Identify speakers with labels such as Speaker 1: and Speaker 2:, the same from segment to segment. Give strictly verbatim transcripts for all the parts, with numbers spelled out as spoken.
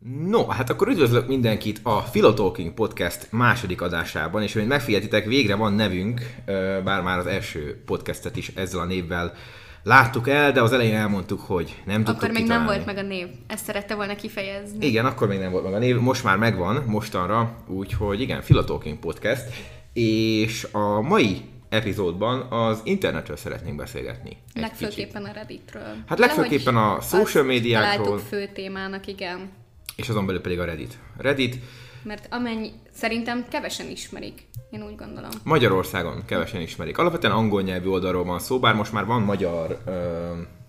Speaker 1: No, hát akkor üdvözlök mindenkit a Philotalking Podcast második adásában, és amint megfigyeltitek, végre van nevünk, bár már az első podcastet is ezzel a névvel láttuk el, de az elején elmondtuk, hogy nem tudtuk
Speaker 2: Akkor még
Speaker 1: kitalálni.
Speaker 2: nem volt meg a név, ezt szerette volna kifejezni.
Speaker 1: Igen, akkor még nem volt meg a név, most már megvan, mostanra, úgyhogy igen, Philotalking Podcast, és a mai epizódban az internetről szeretnénk beszélgetni.
Speaker 2: Legfőképpen a Redditről.
Speaker 1: Hát legfőképpen a social médiákról.
Speaker 2: Találtuk fő témának, igen.
Speaker 1: És azon belül pedig a Reddit. Reddit.
Speaker 2: Mert amennyi, szerintem kevesen ismerik, én úgy gondolom.
Speaker 1: Magyarországon kevesen ismerik. Alapvetően angol nyelvű oldalról van szó, bár most már van magyar... Ö...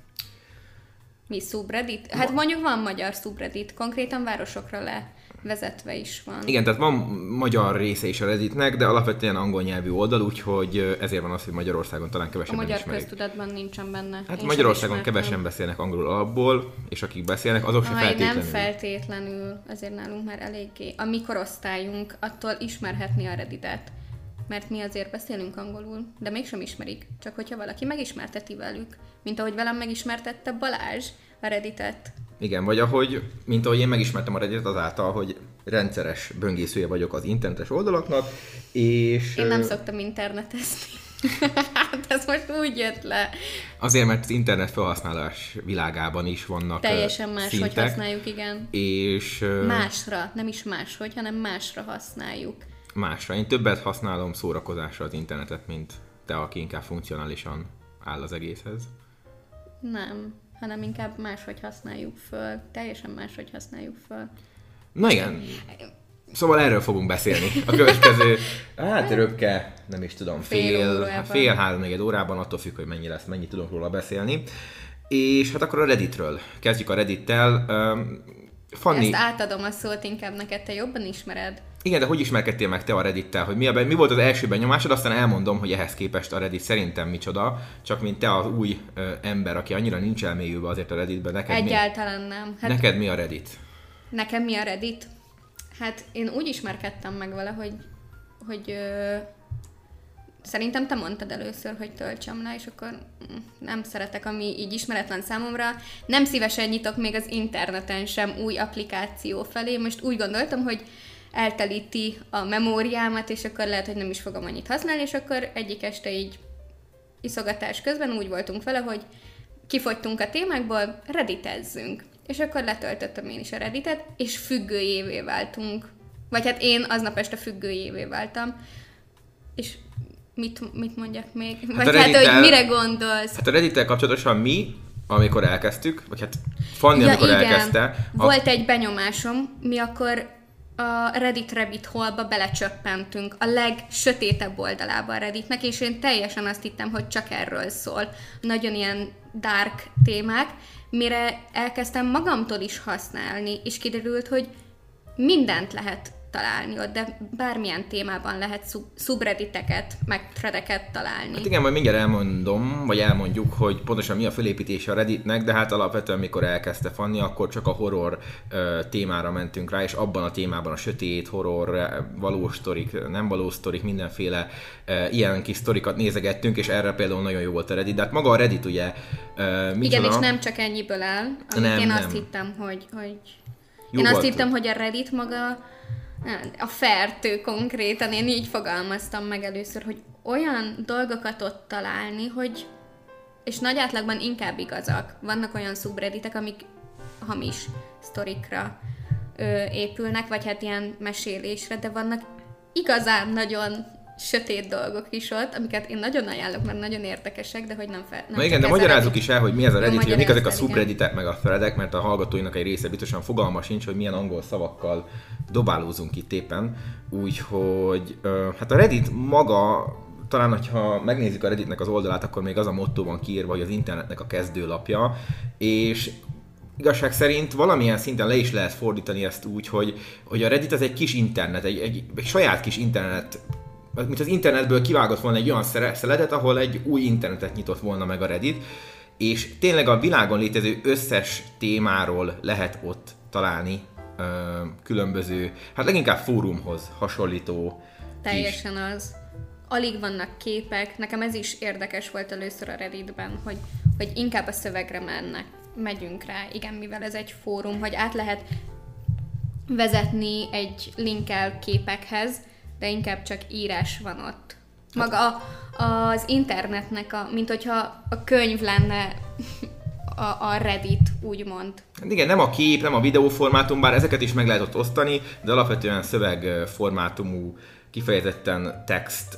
Speaker 2: Mi, subreddit? Hát Ma... mondjuk van magyar subreddit, konkrétan városokra levezetve is van.
Speaker 1: Igen, tehát van magyar része is a Redditnek, de alapvetően angol nyelvű oldal, úgyhogy ezért van az, hogy Magyarországon talán kevesebben
Speaker 2: ismerik.
Speaker 1: ismerik.
Speaker 2: A magyar köztudatban nincsen benne.
Speaker 1: Hát
Speaker 2: én
Speaker 1: Magyarországon kevesen beszélnek angolul alapból, és akik beszélnek, azok sem feltétlenül.
Speaker 2: Nem feltétlenül, azért nálunk már eléggé. A mi korosztályunk attól ismerhetni a Redditet, mert mi azért beszélünk angolul, de mégsem ismerik. Csak hogyha valaki megismerteti velük, mint ahogy velem megismertette Balázs a Redditet.
Speaker 1: Igen, vagy ahogy, mint ahogy én megismertem a Redditet azáltal, hogy rendszeres böngészője vagyok az internetes oldalaknak, és...
Speaker 2: Én nem szoktam internetezni. Hát ez most úgy jött le.
Speaker 1: Azért, mert az internet felhasználás világában is vannak
Speaker 2: teljesen más,
Speaker 1: szintek,
Speaker 2: hogy használjuk, igen.
Speaker 1: És...
Speaker 2: Másra, nem is máshogy, hanem másra használjuk.
Speaker 1: Másra. Én többet használom szórakozásra az internetet, mint te, aki inkább funkcionálisan áll az egészhez.
Speaker 2: Nem, hanem inkább máshogy használjuk föl. Teljesen máshogy használjuk föl.
Speaker 1: Na igen. Szóval erről fogunk beszélni a következő, hát röpke, nem is tudom, fél, fél, fél három-negyed órában, attól függ, hogy mennyi lesz, mennyit tudunk róla beszélni. És hát akkor a Redditről. Kezdjük a Reddittel. Um, Fanni...
Speaker 2: Ezt átadom a szót, inkább neked, te jobban ismered.
Speaker 1: Igen, de hogy ismerkedtél meg te a Reddittel? Hogy mi, a, mi volt az első benyomásod, aztán elmondom, hogy ehhez képest a Reddit szerintem micsoda, csak mint te az új ö, ember, aki annyira nincs elmélyülve azért a Redditben. Neked
Speaker 2: Egyáltalán
Speaker 1: mi,
Speaker 2: nem. Hát
Speaker 1: neked mi a Reddit?
Speaker 2: Nekem mi a Reddit? Hát én úgy ismerkedtem meg vele, hogy, hogy ö, szerintem te mondtad először, hogy töltsem le, és akkor nem szeretek, ami így ismeretlen számomra. Nem szívesen nyitok még az interneten sem új applikáció felé. Most úgy gondoltam, hogy eltelíti a memóriámat, és akkor lehet, hogy nem is fogom annyit használni, és akkor egyik este így iszogatás közben úgy voltunk vele, hogy kifogytunk a témákból, redditezzünk. És akkor letöltöttem én is a Redditet, és függőjévé váltunk. Vagy hát én aznap este függőjévé váltam. És mit, mit mondjak még?
Speaker 1: Hát
Speaker 2: vagy hát, hogy mire gondolsz?
Speaker 1: Hát a Reddittel kapcsolatosan mi, amikor elkezdtük, vagy hát Fanni,
Speaker 2: ja,
Speaker 1: amikor
Speaker 2: igen.
Speaker 1: elkezdte.
Speaker 2: Volt a... egy benyomásom, mi akkor a Reddit Rabbit Hole-ba belecsöppentünk, a legsötétebb oldalába a Redditnek, és én teljesen azt hittem, hogy csak erről szól. Nagyon ilyen dark témák, mire elkezdtem magamtól is használni, és kiderült, hogy mindent lehet találni ott, de bármilyen témában lehet szub- subredditeket, meg threadeket találni.
Speaker 1: Hát igen, majd mindjárt elmondom, vagy elmondjuk, hogy pontosan mi a fölépítése a Redditnek, de hát alapvetően, amikor elkezdte Fanni, akkor csak a horror uh, témára mentünk rá, és abban a témában a sötét, horror, valós sztorik, nem valós sztorik, mindenféle uh, ilyen kis sztorikat nézegettünk, és erre például nagyon jó volt a Reddit, de hát maga a Reddit ugye uh,
Speaker 2: igen, és nem csak ennyiből áll, amit nem, én nem. azt hittem, hogy, hogy... én azt hittem, hogy a Reddit maga a fertő konkrétan, én így fogalmaztam meg először, hogy olyan dolgokat ott találni, hogy, és nagy átlagban inkább igazak. Vannak olyan subredditek, amik hamis sztorikra ö, épülnek, vagy hát ilyen mesélésre, de vannak igazán nagyon sötét dolgok is ott, amiket én nagyon ajánlok, mert nagyon érdekesek, de hogy nem fel. Nem
Speaker 1: Na igen, de magyarázzuk is el, hogy mi ez a Reddit, hogy mik ezek a subredditek meg a threadek, mert a hallgatóinak egy része biztosan fogalma sincs, hogy milyen angol szavakkal dobálózunk itt éppen. Úgyhogy hát a Reddit maga, talán, hogyha megnézzük a Redditnek az oldalát, akkor még az a motto van kiírva, hogy az internetnek a kezdőlapja, és igazság szerint valamilyen szinten le is lehet fordítani ezt úgy, hogy, hogy a Reddit az egy kis internet, egy, egy, egy saját kis internet, mint az internetből kivágott volna egy olyan szeletet, ahol egy új internetet nyitott volna meg a Reddit, és tényleg a világon létező összes témáról lehet ott találni ö, különböző, hát leginkább fórumhoz hasonlító.
Speaker 2: Teljesen kis. Az. Alig vannak képek, nekem ez is érdekes volt először a Redditben, hogy, hogy inkább a szövegre mennek, megyünk rá, igen, mivel ez egy fórum, hogy át lehet vezetni egy linkkel képekhez, de inkább csak írás van ott. Maga a, az internetnek, a, mint hogyha a könyv lenne a, a Reddit, úgymond.
Speaker 1: Igen, nem a kép, nem a videóformátum, bár ezeket is meg lehet ott osztani, de alapvetően szövegformátumú, kifejezetten text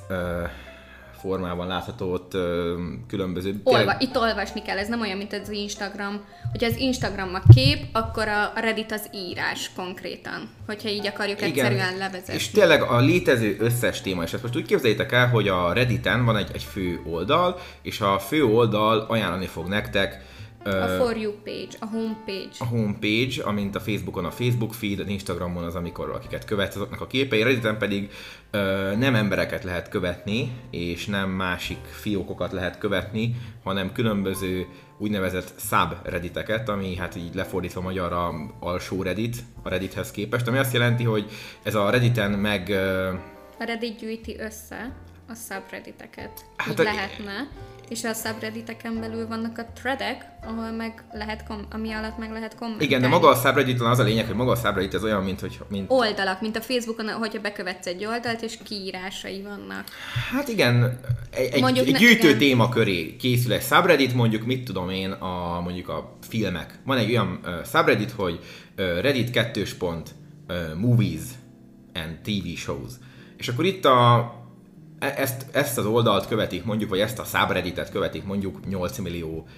Speaker 1: formában látható ott különböző...
Speaker 2: Olva, itt olvasni kell, ez nem olyan, mint az Instagram. Hogyha az Instagram a kép, akkor a Reddit az írás konkrétan, hogyha így akarjuk
Speaker 1: igen,
Speaker 2: egyszerűen levezetni.
Speaker 1: És tényleg a létező összes téma, és ezt most úgy képzeljétek el, hogy a Redditen van egy, egy fő oldal, és a fő oldal ajánlani fog nektek
Speaker 2: a For You page, a home page.
Speaker 1: A home page, amint a Facebookon a Facebook feed, az Instagramon az, amikor akiket követsz, azoknak a képei, Redditen pedig ö, nem embereket lehet követni, és nem másik fiókokat lehet követni, hanem különböző úgynevezett subredditeket, ami hát így lefordítva magyarra alsó Reddit, a Reddithez képest, ami azt jelenti, hogy ez a Redditen meg... Ö,
Speaker 2: a Reddit gyűjti össze a subredditeket,
Speaker 1: hát
Speaker 2: így
Speaker 1: a,
Speaker 2: lehetne. És a subredditeken belül vannak a threadek, ahol meg lehet kom- ami alatt meg lehet kommentelni.
Speaker 1: Igen, de maga a subredditen az a lényeg, hogy maga a subreddit ez olyan, mint hogy... Mint...
Speaker 2: Oldalak, mint a Facebookon, hogyha bekövetsz egy oldalt, és kiírásai vannak.
Speaker 1: Hát igen, egy, mondjuk, egy
Speaker 2: ne,
Speaker 1: gyűjtő
Speaker 2: igen.
Speaker 1: téma köré készül egy subreddit, mondjuk mit tudom én, a, mondjuk a filmek. Van egy olyan uh, subreddit, hogy uh, Reddit kettős pont uh, movies and té vé shows. És akkor itt a Ezt, ezt az oldalt követik mondjuk, vagy ezt a subredditet követik mondjuk nyolc millió,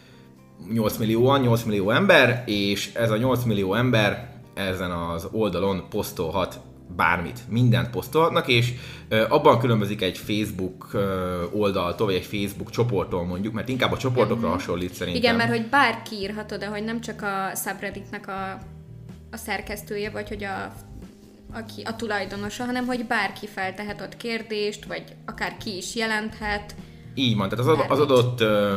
Speaker 1: nyolc millióan, nyolc millió ember, és ez a nyolc millió ember ezen az oldalon posztolhat bármit, mindent posztolhatnak, és ö, abban különbözik egy Facebook ö, oldaltól, vagy egy Facebook csoporttól mondjuk, mert inkább a csoportokra uh-huh. hasonlít szerintem.
Speaker 2: Igen, mert hogy bárki írhat oda, hogy nem csak a subredditnek a, a szerkesztője, vagy hogy a aki a tulajdonosa, hanem hogy bárki feltehet ott kérdést, vagy akár ki is jelenthet.
Speaker 1: Így van, tehát az, az adott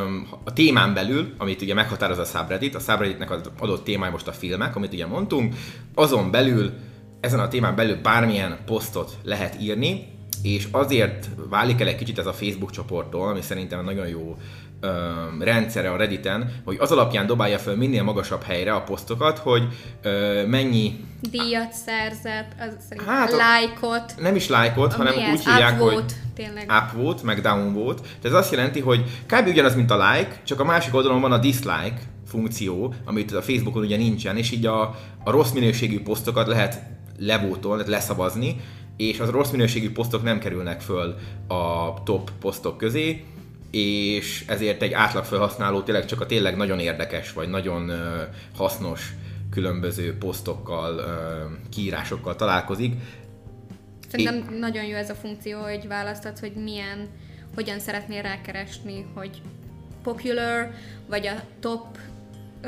Speaker 1: a témán belül, amit ugye meghatároz a subreddit, a subredditnek az adott témája most a filmek, amit ugye mondtunk, azon belül, ezen a témán belül bármilyen posztot lehet írni, és azért válik el egy kicsit ez a Facebook csoporttól, ami szerintem nagyon jó ö, rendszere a Redditen, hogy az alapján dobálja fel minél magasabb helyre a posztokat, hogy ö, mennyi...
Speaker 2: díjat szerzett, az szerint
Speaker 1: hát
Speaker 2: lájkot.
Speaker 1: Nem is lájkot, hanem
Speaker 2: úgy
Speaker 1: ez? hívják,
Speaker 2: upvote,
Speaker 1: hogy
Speaker 2: tényleg.
Speaker 1: upvote, meg downvote. Tehát ez azt jelenti, hogy kb. Ugyanaz, mint a like, csak a másik oldalon van a dislike funkció, amit a Facebookon ugye nincsen, és így a, a rossz minőségű posztokat lehet levótolni, lehet leszavazni, és az rossz minőségű posztok nem kerülnek föl a top posztok közé, és ezért egy átlag felhasználó tényleg csak a tényleg nagyon érdekes, vagy nagyon uh, hasznos különböző posztokkal, uh, kiírásokkal találkozik.
Speaker 2: Szerintem é- nagyon jó ez a funkció, hogy választhatsz, hogy milyen, hogyan szeretnél rákeresni, hogy popular, vagy a top ö,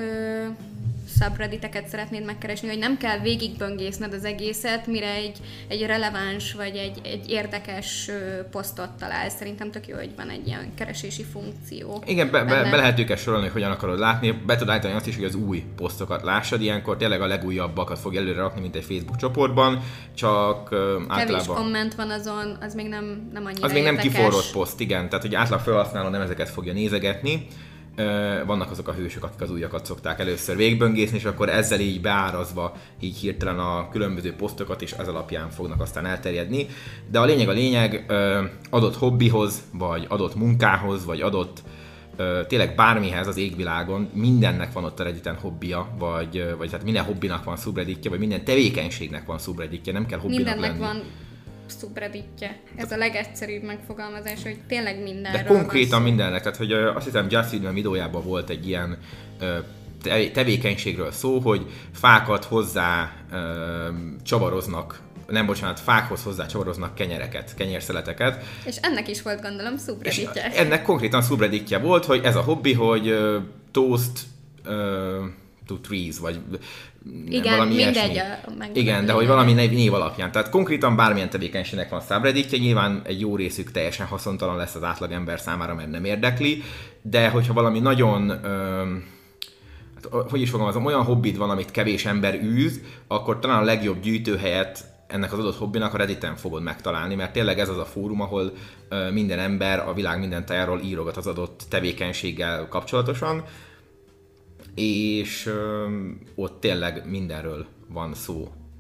Speaker 2: subredditeket szeretnéd megkeresni, hogy nem kell végigböngészned az egészet, mire egy, egy releváns vagy egy, egy érdekes ö, posztot találsz. Szerintem tök jó, hogy van egy ilyen keresési funkció.
Speaker 1: Igen, be, be, be lehet őket sorolni, hogy hogyan akarod látni. Be tudod állítani azt is, hogy az új posztokat lássad. Ilyenkor tényleg a legújabbakat fog előre rakni, mint egy Facebook csoportban, csak ö, általában...
Speaker 2: Kevés komment van azon, az még nem, nem annyira
Speaker 1: Az még
Speaker 2: érdekes.
Speaker 1: nem kiforrott poszt, igen. Tehát, hogy átlag felhasználó nem ezeket fogja nézegetni. Vannak azok a hősök, akik az újakat szokták először végigböngészni, és akkor ezzel így beárazva így hirtelen a különböző posztokat, és ez alapján fognak aztán elterjedni. De a lényeg a lényeg, adott hobbihoz, vagy adott munkához, vagy adott tényleg bármihez az égvilágon, mindennek van ott a Redditen hobbija, vagy, vagy tehát minden hobbinak van subredditje, vagy minden tevékenységnek van subredditje, nem kell hobbinak
Speaker 2: mindennek
Speaker 1: lenni.
Speaker 2: Van subredditje. Ez a legegyszerűbb megfogalmazás, hogy tényleg mindenről.
Speaker 1: De konkrétan mindennek, tehát hogy azt hiszem Just Friedman videójában volt egy ilyen tevékenységről szó, hogy fákat hozzá csavaroznak, nem bocsánat, fákhoz hozzá csavaroznak kenyereket, kenyérszeleteket.
Speaker 2: És ennek is volt, gondolom, subredditje.
Speaker 1: Ennek konkrétan subredditje volt, hogy ez a hobbi, hogy toast to trees, vagy
Speaker 2: igen,
Speaker 1: valami
Speaker 2: mindegy
Speaker 1: ilyesmi. Igen, de hogy valami név, név alapján. Tehát konkrétan bármilyen tevékenységnek van subredditje, nyilván egy jó részük teljesen haszontalan lesz az átlagember számára, mert nem érdekli, de hogyha valami nagyon, öm, hát, hogy is fogalmazom, olyan hobbid van, amit kevés ember űz, akkor talán a legjobb gyűjtőhelyet ennek az adott hobbinak a Redditen fogod megtalálni, mert tényleg ez az a fórum, ahol ö, minden ember a világ minden tájáról írogat az adott tevékenységgel kapcsolatosan, és ö, ott tényleg mindenről van szó.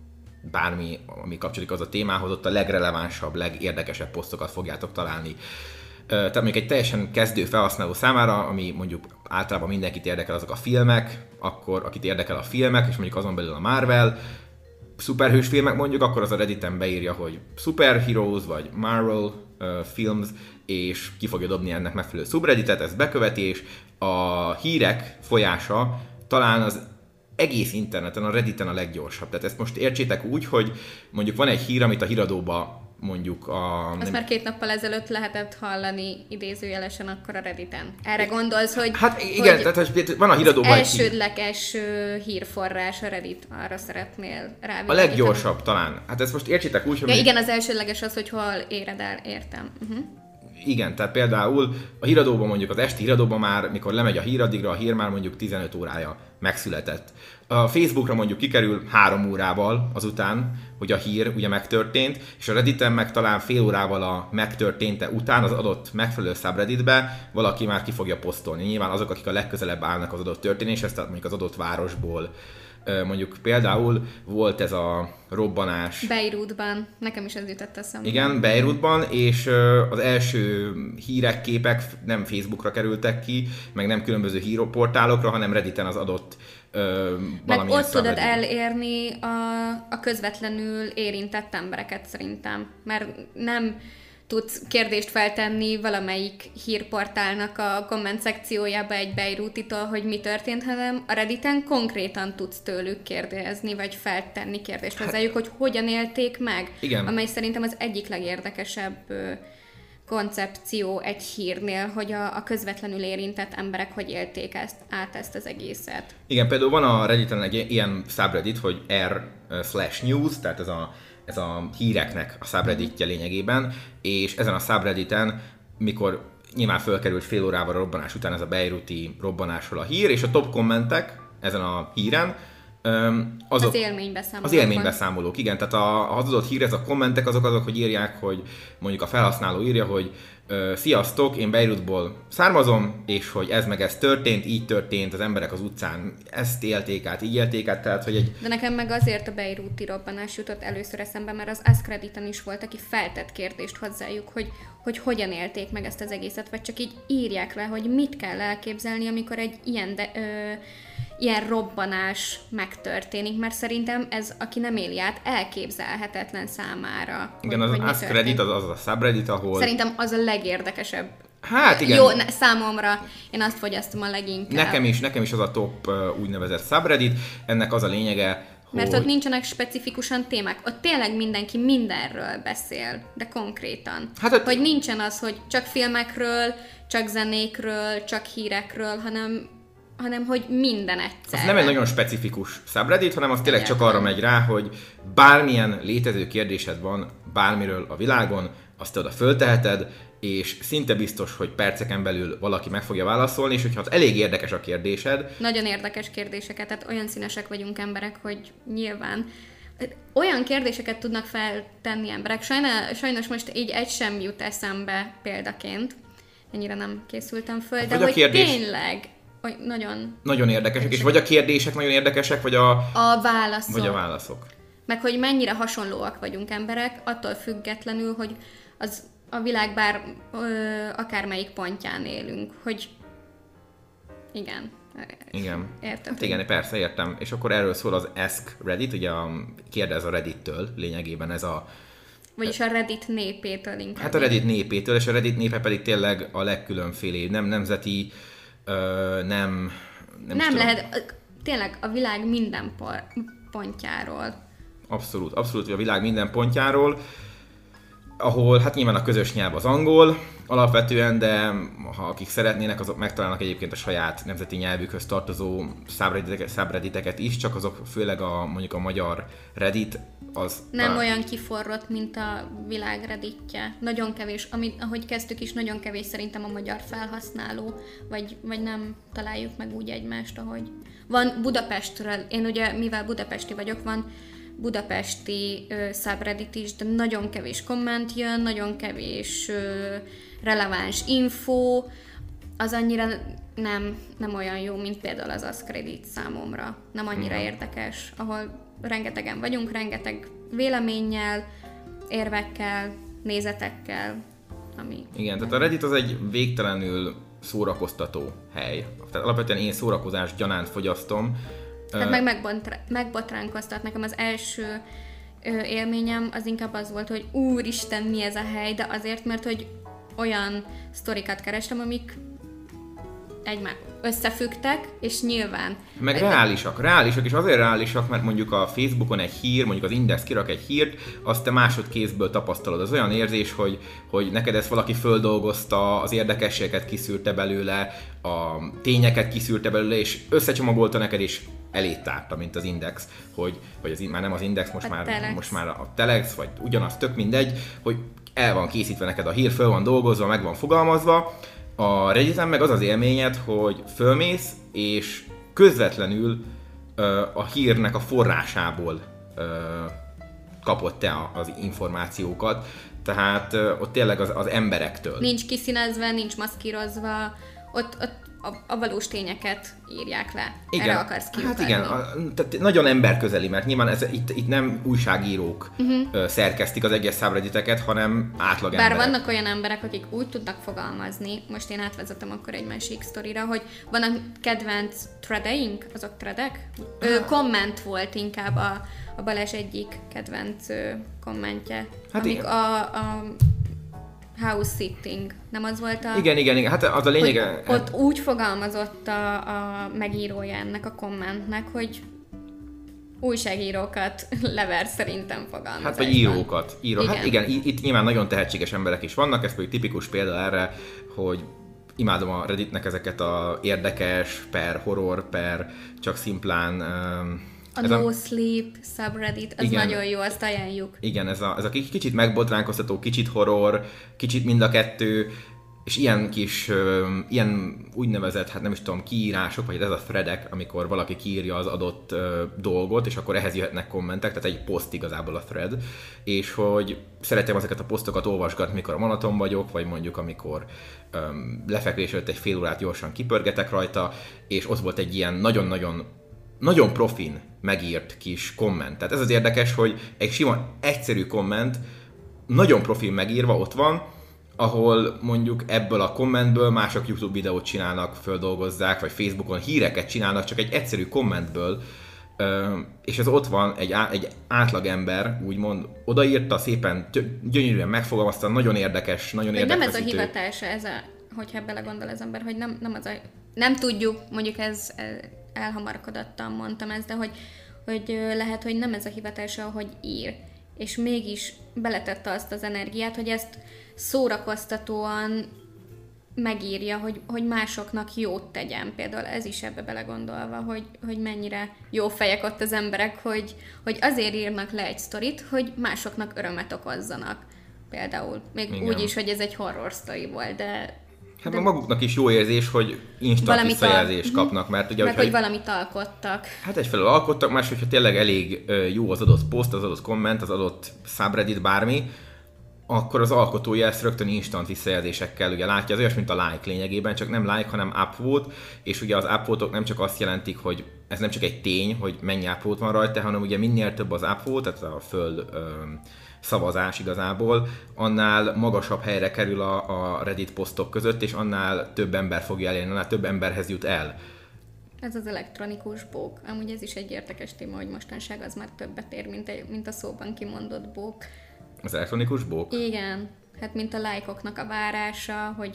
Speaker 1: bármi, ami kapcsolódik az a témához, ott a legrelevánsabb, legérdekesebb posztokat fogjátok találni. Tehát mondjuk egy teljesen kezdő felhasználó számára, ami mondjuk általában mindenkit érdekel, azok a filmek, akkor akit érdekel a filmek, és mondjuk azon belül a Marvel, szuperhős filmek mondjuk, akkor az a Redditen beírja, hogy Superheroes vagy Marvel uh, Films, és ki fogja dobni ennek megfelelő subredditet, ez beköveti, és a hírek folyása talán az egész interneten, a Redditen a leggyorsabb. Tehát ezt most értsétek úgy, hogy mondjuk van egy hír, amit a híradóba mondjuk a...
Speaker 2: Azt nem... már két nappal ezelőtt lehetett hallani idézőjelesen akkor a Redditen. Erre gondolsz, hogy...
Speaker 1: Hát igen, hogy tehát hogy van a híradóban egy hír.
Speaker 2: Elsődleges hírforrás a Reddit, arra szeretnél rávilágítani.
Speaker 1: A leggyorsabb talán. Hát ezt most értsétek úgy, hogy...
Speaker 2: Ja, igen, az elsődleges az, hogy hol éred el, értem. Uh-huh.
Speaker 1: Igen, tehát például a híradóban mondjuk az esti híradóban már, mikor lemegy a hír, addigra a hír már mondjuk tizenöt órája megszületett. A Facebookra mondjuk kikerül három órával azután, hogy a hír ugye megtörtént, és a Redditen meg talán fél órával a megtörténte után az adott megfelelő subredditbe valaki már ki fogja posztolni. Nyilván azok, akik a legközelebb állnak az adott történéshez, tehát mondjuk az adott városból. Mondjuk például volt ez a robbanás...
Speaker 2: Beirutban, nekem is ez jutott eszembe.
Speaker 1: Igen, Beirutban, és az első hírek, képek nem Facebookra kerültek ki, meg nem különböző hírportálokra, hanem Redditen az adott valamilyen
Speaker 2: meg ott tudod
Speaker 1: Reddit.
Speaker 2: elérni a, a közvetlenül érintett embereket szerintem, mert nem tudsz kérdést feltenni valamelyik hírportálnak a komment szekciójába egy beirutitól, hogy mi történt, hanem a Redditen konkrétan tudsz tőlük kérdezni, vagy feltenni kérdést hozzájuk, hogy hogyan élték meg.
Speaker 1: Igen.
Speaker 2: Amely szerintem az egyik legérdekesebb koncepció egy hírnél, hogy a, a közvetlenül érintett emberek hogy élték ezt, át ezt az egészet.
Speaker 1: Igen, például van a Redditen egy ilyen subreddit, hogy r slash news, tehát ez a ez a híreknek a subredditje lényegében, és ezen a subredditen, mikor nyilván fölkerült fél órával a robbanás után ez a beiruti robbanásról a hír, és a top kommentek ezen a híren, azok,
Speaker 2: az élménybeszámolók.
Speaker 1: Az élménybeszámolók, igen, tehát a, az adott hír, ez a kommentek azok azok, hogy írják, hogy mondjuk a felhasználó írja, hogy sziasztok, én Beirutból származom, és hogy ez meg ez történt, így történt, az emberek az utcán ezt élték át, így élték át, tehát hogy egy...
Speaker 2: De nekem meg azért a beiruti robbanás jutott először eszembe, mert az Ask Redditen is volt, aki feltett kérdést hozzájuk, hogy, hogy hogyan élték meg ezt az egészet, vagy csak így írják le, hogy mit kell elképzelni, amikor egy ilyen, de, ö, ilyen robbanás megtörténik, mert szerintem ez, aki nem éli át, elképzelhetetlen számára.
Speaker 1: Igen, hogy, az hogy Ask Reddit az, az a subreddit, ahol...
Speaker 2: Szerintem az a legérdekesebb.
Speaker 1: Hát igen.
Speaker 2: Jó, ne, számomra én azt fogyasztom a leginkább.
Speaker 1: Nekem is, nekem is az a top uh, úgynevezett subreddit, ennek az a lényege, hogy...
Speaker 2: Mert ott nincsenek specifikusan témák, ott tényleg mindenki mindenről beszél, de konkrétan. Hát ott... Hogy nincsen az, hogy csak filmekről, csak zenékről, csak hírekről, hanem hanem hogy minden egyszer.
Speaker 1: Az nem egy nagyon specifikus subreddit, hanem az tényleg csak arra megy rá, hogy bármilyen létező kérdésed van bármiről a világon, azt te oda fölteheted, és szinte biztos, hogy perceken belül valaki meg fogja válaszolni, és hogyha elég érdekes a kérdésed...
Speaker 2: Nagyon érdekes kérdéseket, tehát olyan színesek vagyunk emberek, hogy nyilván olyan kérdéseket tudnak feltenni emberek. Sajnos, sajnos most így egy sem jut eszembe példaként, ennyire nem készültem föl, hát de hogy kérdés... tényleg... Nagyon,
Speaker 1: nagyon érdekesek, és vagy a kérdések nagyon érdekesek, vagy a,
Speaker 2: a válaszok.
Speaker 1: Vagy a válaszok.
Speaker 2: Meg hogy mennyire hasonlóak vagyunk emberek, attól függetlenül, hogy az a világ bár ö, akármelyik pontján élünk, hogy igen.
Speaker 1: Igen. Értem. Hát igen, persze, értem. És akkor erről szól az Ask Reddit, ugye a kérdez a Reddittől, lényegében ez a...
Speaker 2: Vagyis a Reddit népétől inkább.
Speaker 1: Hát a Reddit népétől, és a Reddit népe pedig tényleg a legkülönfélébb, nem nemzeti, Ö, nem...
Speaker 2: Nem, nem lehet, tényleg a világ minden pontjáról.
Speaker 1: Abszolút, abszolút, a világ minden pontjáról, ahol hát nyilván a közös nyelv az angol alapvetően, de ha akik szeretnének, azok megtalálnak egyébként a saját nemzeti nyelvükhöz tartozó subredditeket, subredditeket is, csak azok főleg a, mondjuk a magyar Reddit, az...
Speaker 2: Nem
Speaker 1: talán...
Speaker 2: olyan kiforrott, mint a világ Redditje. Nagyon kevés, amit, ahogy kezdtük is, nagyon kevés szerintem a magyar felhasználó, vagy, vagy nem találjuk meg úgy egymást, ahogy... Van Budapestről, én ugye, mivel budapesti vagyok, van budapesti ö, subreddit is, de nagyon kevés komment jön, nagyon kevés ö, releváns info, az annyira nem, nem olyan jó, mint például az Ask Reddit számomra. Nem annyira érdekes, ahol rengetegen vagyunk, rengeteg véleménnyel, érvekkel, nézetekkel, ami...
Speaker 1: Igen, tehát a Reddit az egy végtelenül szórakoztató hely. Tehát alapvetően én szórakozás gyanánt fogyasztom.
Speaker 2: Hát meg megbontra- megbotránkoztat. Nekem az első ö, élményem az inkább az volt, hogy úristen, mi ez a hely, de azért, mert hogy olyan sztorikat kerestem, amik egymás összefüggtek, és nyilván...
Speaker 1: Meg
Speaker 2: de...
Speaker 1: reálisak, reálisak, és azért reálisak, mert mondjuk a Facebookon egy hír, mondjuk az Index kirak egy hírt, azt te másodkézből tapasztalod. Az olyan érzés, hogy, hogy neked ezt valaki földolgozta, az érdekességeket kiszűrte belőle, a tényeket kiszűrte belőle, és összecsomagolta neked, és elét tárta, mint az Index, hogy, hogy az, már nem az Index, most
Speaker 2: a
Speaker 1: már,
Speaker 2: Telex.
Speaker 1: most már a Telex, vagy ugyanaz, tök mindegy, hogy el van készítve neked a hír, föl van dolgozva, meg van fogalmazva. A Redditen meg az az élményed, hogy fölmész, és közvetlenül ö, a hírnek a forrásából ö, kapod te a, az információkat, tehát ö, ott tényleg az, az emberektől.
Speaker 2: Nincs kiszínezve, nincs maszkírozva, ott, ott a, a valós tényeket írják le.
Speaker 1: Igen.
Speaker 2: Erre akarsz kiukadni.
Speaker 1: Hát igen, a, tehát nagyon emberközeli, mert nyilván ez, itt, itt nem újságírók uh-huh. szerkesztik az egyes subredditeket, hanem átlag
Speaker 2: Bár
Speaker 1: emberek.
Speaker 2: vannak olyan emberek, akik úgy tudnak fogalmazni, most én átvezetem akkor egy másik sztorira, hogy van a kedvenc threadeink, azok threadek? Ö, komment volt inkább a, a Balázs egyik kedvenc ö, kommentje.
Speaker 1: Hát
Speaker 2: amik
Speaker 1: igen.
Speaker 2: a, a house sitting, nem az volt a...
Speaker 1: Igen, igen, igen, hát az a lényege...
Speaker 2: Ott úgy fogalmazott a, a megírója ennek a kommentnek, hogy újságírókat lever szerintem fogalmazásban.
Speaker 1: Hát vagy írókat. Író.
Speaker 2: Igen.
Speaker 1: Hát igen, itt nyilván nagyon tehetséges emberek is vannak, ez pedig tipikus példa erre, hogy imádom a Redditnek ezeket a érdekes, per horror, per csak szimplán...
Speaker 2: A
Speaker 1: ez
Speaker 2: No a... Sleep subreddit, az igen. Nagyon jó, azt ajánljuk.
Speaker 1: Igen, ez a, ez a kicsit megbotránkoztató, kicsit horror, kicsit mind a kettő, és ilyen kis, ilyen úgynevezett, hát nem is tudom, kiírások, vagy ez a threadek, amikor valaki kiírja az adott dolgot, és akkor ehhez jöhetnek kommentek, tehát egy poszt igazából a thread, és hogy szeretem ezeket a posztokat olvasgatni, mikor a vonaton vagyok, vagy mondjuk amikor um, lefeklés előtt egy fél órát gyorsan kipörgetek rajta, és ott volt egy ilyen nagyon-nagyon nagyon profin megírt kis komment. Tehát ez az érdekes, hogy egy sima, egyszerű komment, nagyon profin megírva ott van, ahol mondjuk ebből a kommentből mások YouTube videót csinálnak, földolgozzák, vagy Facebookon híreket csinálnak, csak egy egyszerű kommentből, és ez ott van, egy, egy átlagember, úgymond odaírta, szépen, gyönyörűen megfogalmazta, nagyon érdekes, nagyon érdekes.
Speaker 2: Nem ez a hivatása, ez a, hogyha belegondol az ember, hogy nem, nem az a... Nem tudjuk, mondjuk ez... elhamarkodottan mondtam ezt, de hogy, hogy lehet, hogy nem ez a hivatása, hogy ír. És mégis beletette azt az energiát, hogy ezt szórakoztatóan megírja, hogy, hogy másoknak jót tegyen. Például ez is ebbe belegondolva, hogy, hogy mennyire jó fejek ott az emberek, hogy, hogy azért írnak le egy sztorit, hogy másoknak örömet okozzanak. Például. Még igen. Úgy is, hogy ez egy horror sztori volt, de
Speaker 1: hát de... maguknak is jó érzés, hogy instant visszajelzést al... kapnak, mert ugye...
Speaker 2: Meg, hogy valamit alkottak.
Speaker 1: Hát egyfelől alkottak, más, hogyha tényleg elég jó az adott poszt, az adott komment, az adott subreddit, bármi, akkor az alkotója ezt rögtön instant visszajelzésekkel ugye látja, az olyas, mint a like lényegében, csak nem like, hanem upvote, és ugye az upvote-ok nem csak azt jelentik, hogy ez nem csak egy tény, hogy mennyi upvote van rajta, hanem ugye minél több az upvote, tehát a föld öm, szavazás igazából, annál magasabb helyre kerül a, a Reddit posztok között, és annál több ember fogja elérni, annál több emberhez jut el.
Speaker 2: Ez az elektronikus bók. Amúgy ez is egy érdekes téma, hogy mostanság az már többet ér, mint a, mint a szóban kimondott bók.
Speaker 1: Az elektronikus bók?
Speaker 2: Igen. Hát mint a lájkoknak a várása, hogy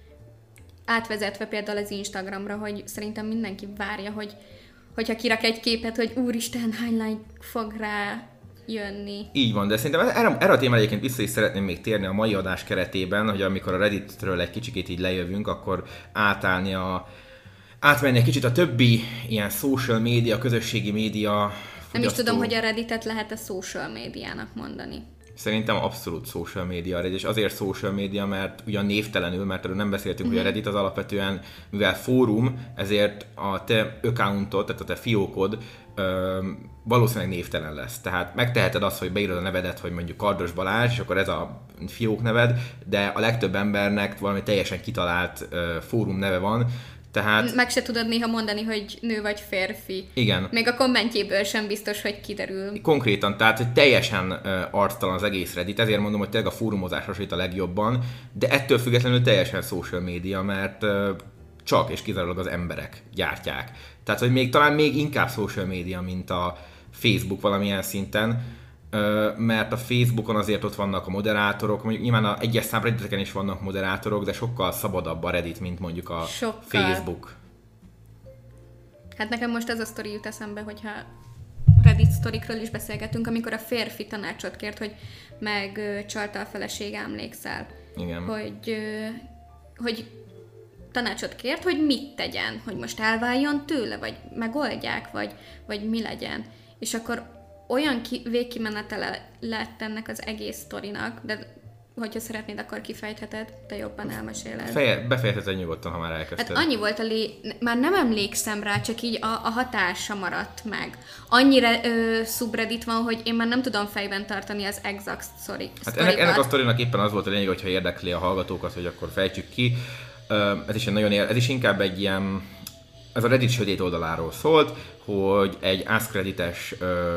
Speaker 2: átvezetve például az Instagramra, hogy szerintem mindenki várja, hogy hogyha kirak egy képet, hogy úristen, hány like fog rá jönni.
Speaker 1: Így van, de szerintem erre, erre a témára egyébként vissza is szeretném még térni a mai adás keretében, hogy amikor a Redditről egy kicsikét így lejövünk, akkor átállni a, átmenni egy kicsit a többi ilyen social média, közösségi média fogyasztó.
Speaker 2: Nem is tudom, hogy a Redditet lehet-e social médiának mondani.
Speaker 1: Szerintem abszolút social media Reddit, és azért social media, mert ugyan névtelenül, mert erről nem beszéltünk, mm-hmm. hogy a Reddit az alapvetően, mivel fórum, ezért a te accountod, tehát a te fiókod ö, valószínűleg névtelen lesz. Tehát megteheted azt, hogy beírod a nevedet, hogy mondjuk Kardos Balázs, és akkor ez a fiók neved, de a legtöbb embernek valami teljesen kitalált ö, fórum neve van, Tehát...
Speaker 2: Meg se tudod néha mondani, hogy nő vagy férfi.
Speaker 1: Igen.
Speaker 2: Még a kommentjéből sem biztos, hogy kiderül.
Speaker 1: Konkrétan, tehát hogy teljesen uh, arctalan az egész Reddit, ezért mondom, hogy tényleg a fórumozás hasonlít a legjobban, de ettől függetlenül teljesen social media, mert uh, csak és kizárólag az emberek gyártják. Tehát, hogy még talán még inkább social media, mint a Facebook valamilyen szinten, mert a Facebookon azért ott vannak a moderátorok, mondjuk nyilván a egyes szám Redditeken is vannak moderátorok, de sokkal szabadabb a Reddit, mint mondjuk a sokkal. Facebook.
Speaker 2: Hát nekem most ez a sztori jut eszembe, hogyha Reddit sztorikről is beszélgetünk, amikor a férfi tanácsot kért, hogy megcsalta a felesége, emlékszel.
Speaker 1: Igen.
Speaker 2: Hogy, hogy tanácsot kért, hogy mit tegyen, hogy most elváljon tőle, vagy megoldják, vagy, vagy mi legyen. És akkor olyan ki, végkimenetele lett ennek az egész sztorinak, de hogyha szeretnéd, akkor kifejtheted, te jobban elmeséled.
Speaker 1: Feje, befejezheted nyugodtan, ha már elkezdted.
Speaker 2: Hát annyi volt a lé... Már nem emlékszem rá, csak így a, a hatása maradt meg. Annyira ö, subreddit van, hogy én már nem tudom fejben tartani az exact story.
Speaker 1: Hát ennek, ennek a sztorinak éppen az volt a lényeg, hogyha érdekli a hallgatókat, hogy akkor fejtsük ki. Ez is, egy nagyon ér... ez is inkább egy ilyen... Ez a Reddit sötét oldaláról szólt, hogy egy Ask Reddites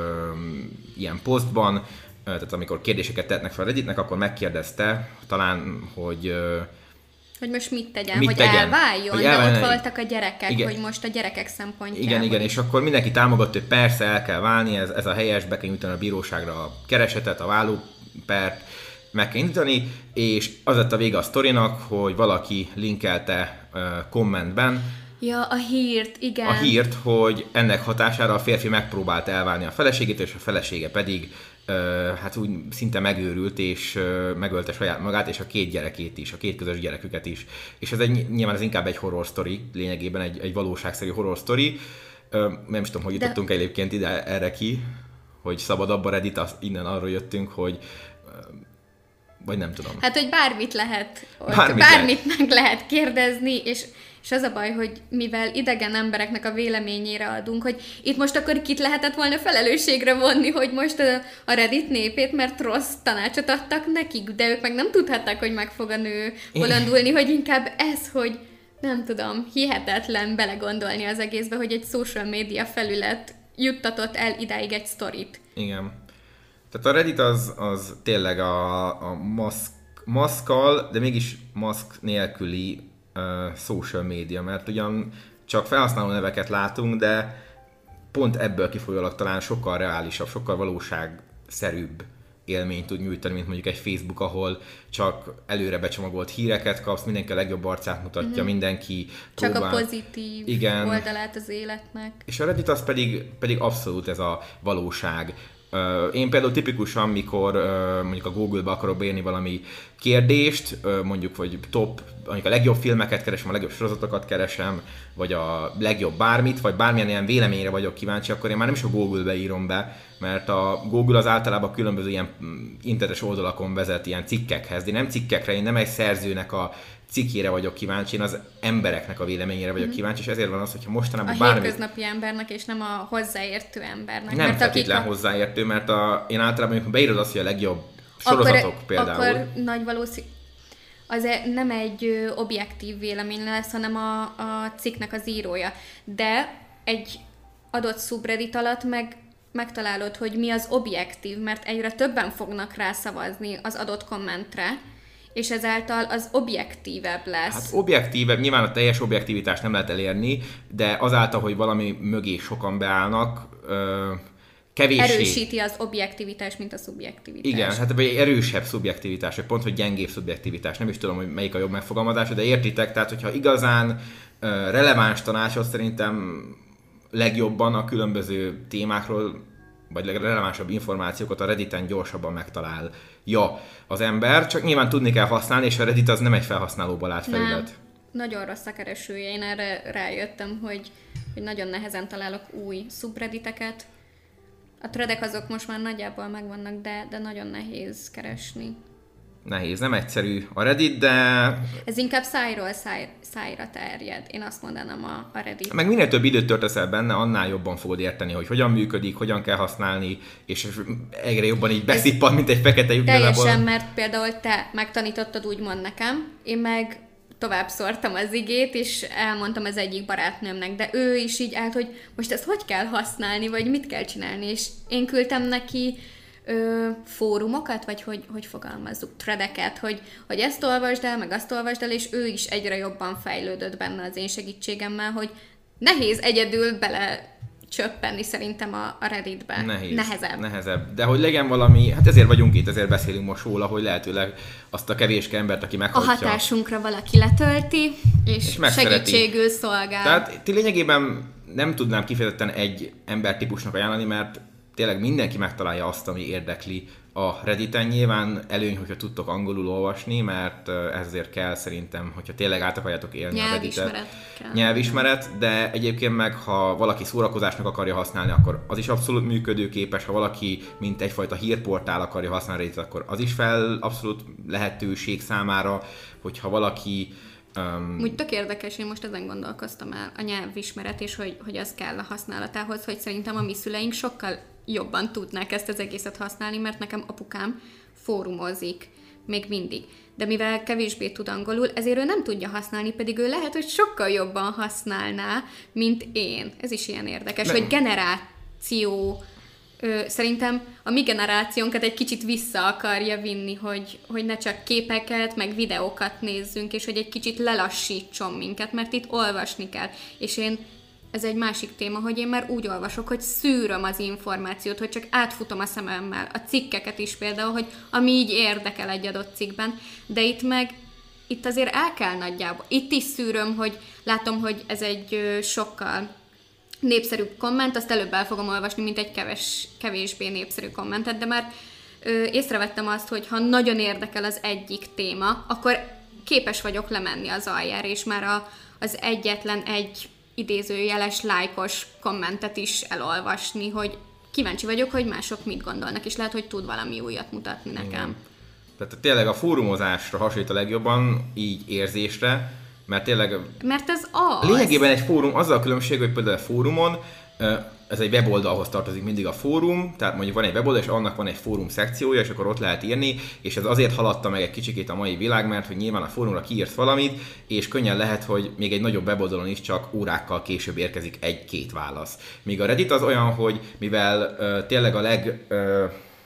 Speaker 1: ilyen posztban, tehát amikor kérdéseket tettnek fel a Redditnek, akkor megkérdezte talán, hogy... Ö,
Speaker 2: hogy most mit tegyen,
Speaker 1: mit
Speaker 2: hogy
Speaker 1: tegyen?
Speaker 2: elváljon,
Speaker 1: hogy
Speaker 2: de
Speaker 1: elváljon,
Speaker 2: ott voltak a gyerekek,
Speaker 1: igen.
Speaker 2: hogy most a gyerekek szempontjából.
Speaker 1: Igen, igen, és akkor mindenki támogatta, hogy persze el kell válni, ez, ez a helyes, be kell nyújtani a bíróságra a keresetet, a vállópert, meg kell indítani, és az lett a vége a sztorinak, hogy valaki linkelte uh, kommentben,
Speaker 2: ja, a hírt, igen.
Speaker 1: A hírt, hogy ennek hatására a férfi megpróbált elválni a feleségét, és a felesége pedig uh, hát úgy szinte megőrült, és uh, megölte saját magát, és a két gyerekét is, a két közös gyereküket is. És ez egy, nyilván ez inkább egy horror sztori, lényegében egy, egy valóságszerű horror sztori. Uh, nem is tudom, hogy jutottunk De... egyébként ide erre ki, hogy szabadabb a Reddit, az, innen arról jöttünk, hogy uh, vagy nem tudom.
Speaker 2: Hát, hogy bármit lehet,
Speaker 1: bármit,
Speaker 2: bármit
Speaker 1: lehet.
Speaker 2: meg lehet kérdezni, és És az a baj, hogy mivel idegen embereknek a véleményére adunk, hogy itt most akkor kit lehetett volna felelősségre vonni, hogy most a, a Reddit népét, mert rossz tanácsot adtak nekik, de ők meg nem tudhatták, hogy meg fog a nő bolondulni, hogy inkább ez, hogy nem tudom, hihetetlen belegondolni az egészbe, hogy egy social media felület juttatott el idáig egy sztorit.
Speaker 1: Igen. Tehát a Reddit az, az tényleg a, a maszk, maszkkal, de mégis maszk nélküli Uh, social media, mert ugyan csak felhasználó neveket látunk, de pont ebből kifolyólag talán sokkal reálisabb, sokkal valóságszerűbb élményt tud nyújtani, mint mondjuk egy Facebook, ahol csak előre becsomagolt híreket kapsz, mindenki a legjobb arcát mutatja, mm-hmm. mindenki
Speaker 2: csak
Speaker 1: próbál...
Speaker 2: a pozitív
Speaker 1: Igen.
Speaker 2: oldalát az életnek.
Speaker 1: És a Reddit az pedig, pedig abszolút ez a valóság. Én például tipikusan, mikor mondjuk a Google-ba akarok beírni valami kérdést, mondjuk, vagy top, mondjuk a legjobb filmeket keresem, a legjobb sorozatokat keresem, vagy a legjobb bármit, vagy bármilyen ilyen véleményre vagyok kíváncsi, akkor én már nem is a Google-be írom be, mert a Google az általában különböző ilyen internetes oldalakon vezet ilyen cikkekhez, de nem cikkekre, én nem egy szerzőnek a cikkére vagyok kíváncsi, én az embereknek a véleményére vagyok mm. kíváncsi, és ezért van az, hogyha mostanában
Speaker 2: a
Speaker 1: bármi...
Speaker 2: A hétköznapi embernek, és nem a hozzáértő embernek.
Speaker 1: Nem feltétlen
Speaker 2: a...
Speaker 1: hozzáértő, mert a, én általában, amikor beírod azt, hogy a legjobb sorozatok
Speaker 2: akkor,
Speaker 1: például...
Speaker 2: Akkor nagy valószínű... Az nem egy ö, objektív vélemény lesz, hanem a, a cikknek az írója. De egy adott subreddit alatt meg megtalálod, hogy mi az objektív, mert egyre többen fognak rá szavazni az adott kommentre, és ezáltal az objektívebb lesz.
Speaker 1: Hát objektívebb, nyilván a teljes objektivitást nem lehet elérni, de azáltal, hogy valami mögé sokan beállnak, ö, kevéssé...
Speaker 2: Erősíti az objektivitás, mint a szubjektivitás.
Speaker 1: Igen, hát egy erősebb szubjektivitás, vagy pont, hogy gyengébb szubjektivitás. Nem is tudom, hogy melyik a jobb megfogalmazás, de értitek, tehát hogyha igazán ö, releváns tanácsot szerintem legjobban a különböző témákról, vagy legrelevánsabb információkat a Redditen gyorsabban megtalál ja, az ember, csak nyilván tudni kell használni, és a Reddit az nem egy felhasználóbarát felület. Nem,
Speaker 2: nagyon rossz a keresője, én erre rájöttem, hogy, hogy nagyon nehezen találok új subredditeket. A threadek azok most már nagyjából megvannak, de, de nagyon nehéz keresni.
Speaker 1: Nehéz, nem egyszerű a Reddit, de...
Speaker 2: Ez inkább szájról száj, szájra terjed, én azt mondanám a, a Reddit.
Speaker 1: Meg minél több időt töltesz el benne, annál jobban fogod érteni, hogy hogyan működik, hogyan kell használni, és egyre jobban így beszippan, mint egy fekete lyuk.
Speaker 2: Teljesen, mert például te megtanítottad úgymond nekem, én meg tovább szórtam az igét, és elmondtam az egyik barátnőmnek, de ő is így állt, hogy most ezt hogy kell használni, vagy mit kell csinálni, és én küldtem neki ö, fórumokat, vagy hogy, hogy fogalmazzuk, threadeket, hogy, hogy ezt olvasd el, meg azt olvasd el, és ő is egyre jobban fejlődött benne az én segítségemmel, hogy nehéz egyedül bele csöppenni szerintem a, a Redditbe.
Speaker 1: Nehéz,
Speaker 2: nehezebb.
Speaker 1: Nehezebb. De hogy legyen valami, hát ezért vagyunk itt, ezért beszélünk most róla, hogy lehetőleg azt a kevéske embert, aki meghallgatja.
Speaker 2: A hatásunkra valaki letölti, és, és segítségül szolgál.
Speaker 1: Tehát ti lényegében nem tudnám kifejezetten egy embertípusnak ajánlani, mert tényleg mindenki megtalálja azt, ami érdekli a Redditen. Nyilván előny, hogyha tudtok angolul olvasni, mert ezért kell szerintem, hogyha tényleg át akarjátok élni a Redditet. Nyelvismeret, de egyébként meg, ha valaki szórakozásnak akarja használni, akkor az is abszolút működőképes. Ha valaki mint egyfajta hírportál akarja használni Redditet, akkor az is fel abszolút lehetőség számára, hogyha valaki Um,
Speaker 2: Úgy tök érdekes, én most ezen gondolkoztam el, a nyelvismeret, és hogy, hogy az kell a használatához, hogy szerintem a mi szüleink sokkal jobban tudnák ezt az egészet használni, mert nekem apukám fórumozik még mindig. De mivel kevésbé tud angolul, ezért ő nem tudja használni, pedig ő lehet, hogy sokkal jobban használná, mint én. Ez is ilyen érdekes, nem. Hogy generáció... Ö, szerintem a mi generációnkat egy kicsit vissza akarja vinni, hogy, hogy ne csak képeket, meg videókat nézzünk, és hogy egy kicsit lelassítson minket, mert itt olvasni kell. És én, ez egy másik téma, hogy én már úgy olvasok, hogy szűröm az információt, hogy csak átfutom a szememmel, a cikkeket is például, hogy ami így érdekel egy adott cikkben, de itt meg, itt azért el kell nagyjából. Itt is szűröm, hogy látom, hogy ez egy ö, sokkal népszerű komment, azt előbb el fogom olvasni, mint egy keves, kevésbé népszerű kommentet, de már ö, észrevettem azt, hogy ha nagyon érdekel az egyik téma, akkor képes vagyok lemenni az aljára, és már a, az egyetlen egy idézőjeles, lájkos kommentet is elolvasni, hogy kíváncsi vagyok, hogy mások mit gondolnak, és lehet, hogy tud valami újat mutatni nekem.
Speaker 1: Igen. Tehát tényleg a fórumozásra hasonlít a legjobban, így érzésre, mert tényleg...
Speaker 2: Mert ez az.
Speaker 1: Lényegében egy fórum, azzal a különbség, hogy például a fórumon, ez egy weboldalhoz tartozik mindig a fórum, tehát mondjuk van egy weboldal, és annak van egy fórum szekciója, és akkor ott lehet írni, és ez azért haladta meg egy kicsikét a mai világ, mert hogy nyilván a fórumra kiírsz valamit, és könnyen lehet, hogy még egy nagyobb weboldalon is csak órákkal később érkezik egy-két válasz. Míg a Reddit az olyan, hogy mivel uh, tényleg a leg, uh,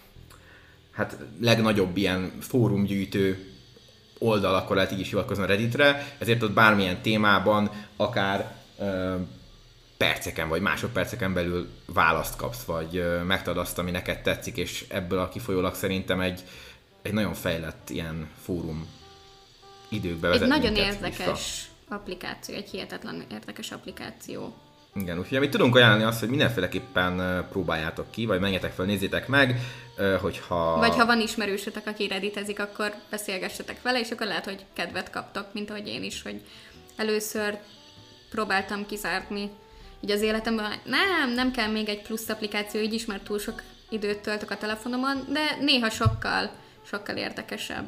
Speaker 1: hát legnagyobb ilyen fórumgyűjtő oldal, akkor lehet így is hivatkozni a Redditre, ezért ott bármilyen témában, akár uh, perceken vagy másodperceken belül választ kapsz, vagy uh, megtad azt, ami neked tetszik, és ebből a kifolyólag szerintem egy, egy nagyon fejlett ilyen fórum időkbe vezet.
Speaker 2: Egy nagyon érdekes vissza. applikáció, egy hihetetlen érdekes applikáció.
Speaker 1: Igen, úgyhogy amit tudunk ajánlani azt, hogy mindenféleképpen próbáljátok ki, vagy menjetek fel, nézzétek meg, hogyha...
Speaker 2: Vagy ha van ismerősötek, aki redditezik, akkor beszélgessetek vele, és akkor lehet, hogy kedvet kaptok, mint ahogy én is, hogy először próbáltam kizárni így az életemben. Nem, nem kell még egy plusz applikáció, így is, mert túl sok időt töltök a telefonomon, de néha sokkal, sokkal érdekesebb,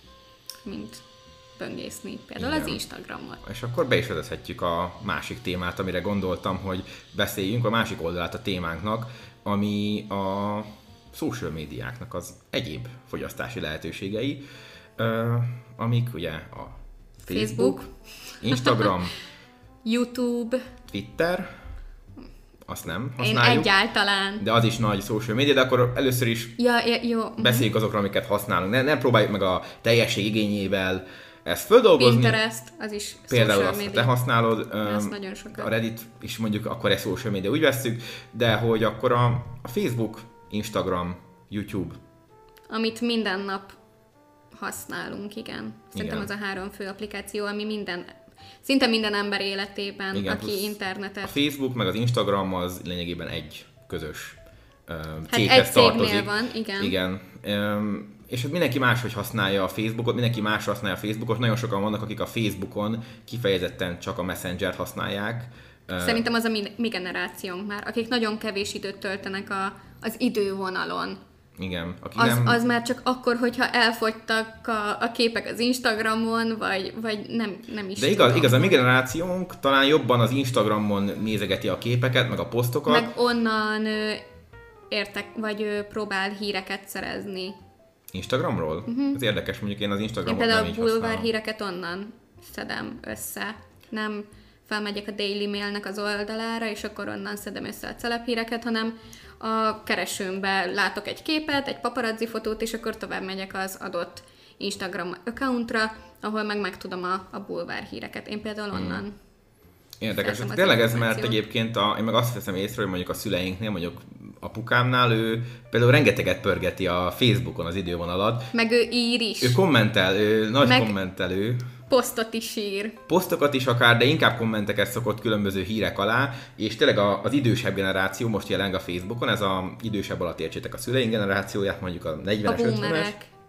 Speaker 2: mint böngészni, például igen. Az Instagramot.
Speaker 1: És akkor be is vezethetjük a másik témát, amire gondoltam, hogy beszéljünk, a másik oldalát a témánknak, ami a social médiáknak az egyéb fogyasztási lehetőségei, amik ugye a Facebook, Facebook. Instagram,
Speaker 2: YouTube,
Speaker 1: Twitter, azt nem használjuk.
Speaker 2: Én egyáltalán.
Speaker 1: De az is nagy social media, de akkor először is
Speaker 2: ja, ja, jó.
Speaker 1: beszéljük azokról, amiket használunk. Ne, nem próbáljuk meg a teljesség igényével ezt földolgozni.
Speaker 2: Pinterest, az is
Speaker 1: például
Speaker 2: social
Speaker 1: azt
Speaker 2: media.
Speaker 1: te használod.
Speaker 2: Ezt nagyon sokat.
Speaker 1: A Reddit is mondjuk akkor egy social media, úgy vesszük, de hogy akkor a, a Facebook, Instagram, YouTube.
Speaker 2: Amit minden nap használunk, igen. Szerintem
Speaker 1: igen.
Speaker 2: az a három fő applikáció, ami minden, szinte minden ember életében, igen, aki internetet...
Speaker 1: A Facebook meg az Instagram az lényegében egy közös uh,
Speaker 2: hát
Speaker 1: céghez
Speaker 2: egy
Speaker 1: tartozik.
Speaker 2: cégnél van, igen.
Speaker 1: Igen. Um, és mindenki máshogy használja a Facebookot, mindenki más használja a Facebookot. Nagyon sokan vannak, akik a Facebookon kifejezetten csak a Messenger-t használják.
Speaker 2: Szerintem az a mi, mi generációnk már, akik nagyon kevés időt töltenek a, az idővonalon.
Speaker 1: Igen. Aki
Speaker 2: az,
Speaker 1: nem...
Speaker 2: az már csak akkor, hogyha elfogytak a, a képek az Instagramon, vagy, vagy nem, nem is
Speaker 1: De igaz,
Speaker 2: tudom.
Speaker 1: igaz, a mi generációnk talán jobban az Instagramon nézegeti a képeket, meg a posztokat.
Speaker 2: Meg onnan ö, értek, vagy ö, próbál híreket szerezni.
Speaker 1: Instagramról? Uh-huh. Ez érdekes, mondjuk én az Instagramot
Speaker 2: én
Speaker 1: nem így
Speaker 2: például a bulvár
Speaker 1: használom.
Speaker 2: híreket onnan szedem össze. Nem felmegyek a Daily Mailnek az oldalára, és akkor onnan szedem össze a celephíreket, hanem a keresőmbe látok egy képet, egy paparazzi fotót, és akkor tovább megyek az adott Instagram accountra, ahol meg megtudom a, a bulvár híreket. Én például onnan hmm.
Speaker 1: Érdekes. Tényleg ez, mert egyébként a, én meg azt veszem észre, hogy mondjuk a szüleinknél, mondjuk apukámnál ő például rengeteget pörgeti a Facebookon az idővonalat.
Speaker 2: Meg ő ír is.
Speaker 1: Ő kommentel, ő nagy
Speaker 2: meg
Speaker 1: kommentelő.
Speaker 2: Posztot is ír.
Speaker 1: Posztokat is akár, de inkább kommenteket szokott különböző hírek alá, és tényleg az idősebb generáció most jeleng a Facebookon, ez az idősebb alatt értsétek a szüleink generációját, mondjuk a negyvenes, ötvenes.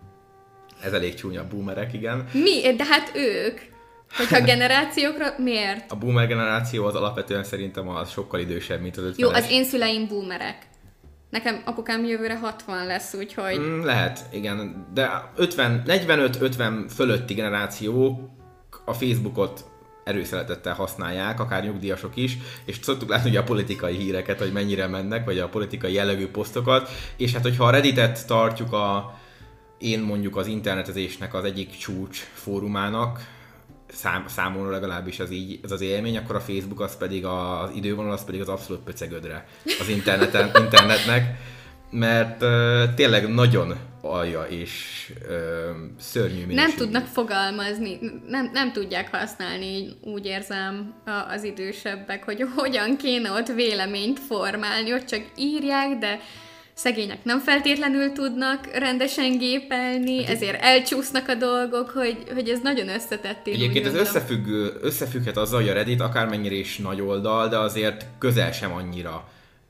Speaker 1: Ez elég csúnya, boomerek, igen.
Speaker 2: Mi? De hát ők. Hogyha generációkra, miért?
Speaker 1: A boomer generáció az alapvetően szerintem az sokkal idősebb, mint az ötvenes.
Speaker 2: Jó, az én szüleim boomerek. Nekem apukám jövőre hatvan lesz, úgyhogy...
Speaker 1: Mm, lehet, igen. De ötven, negyvenöt ötven fölötti generációk a Facebookot erőszeretettel használják, akár nyugdíjasok is, és szoktuk látni ugye a politikai híreket, hogy mennyire mennek, vagy a politikai jellegű posztokat, és hát hogyha a Redditet tartjuk a, én mondjuk az internetezésnek az egyik csúcs fórumának, Szám, számomra legalábbis ez így, ez az élmény, akkor a Facebook az pedig a, az idővonal, az pedig az abszolút pöcegödre az interneten, internetnek, mert uh, tényleg nagyon alja és uh, szörnyű minőségű.
Speaker 2: Nem tudnak fogalmazni, nem, nem tudják használni, úgy érzem az idősebbek, hogy hogyan kéne ott véleményt formálni, ott csak írják, de szegények nem feltétlenül tudnak rendesen gépelni, ezért elcsúsznak a dolgok, hogy, hogy ez nagyon összetett.
Speaker 1: Egyébként ez összefüggő, összefügghet azzal, hogy a Reddit akármennyire is nagy oldal, de azért közel sem annyira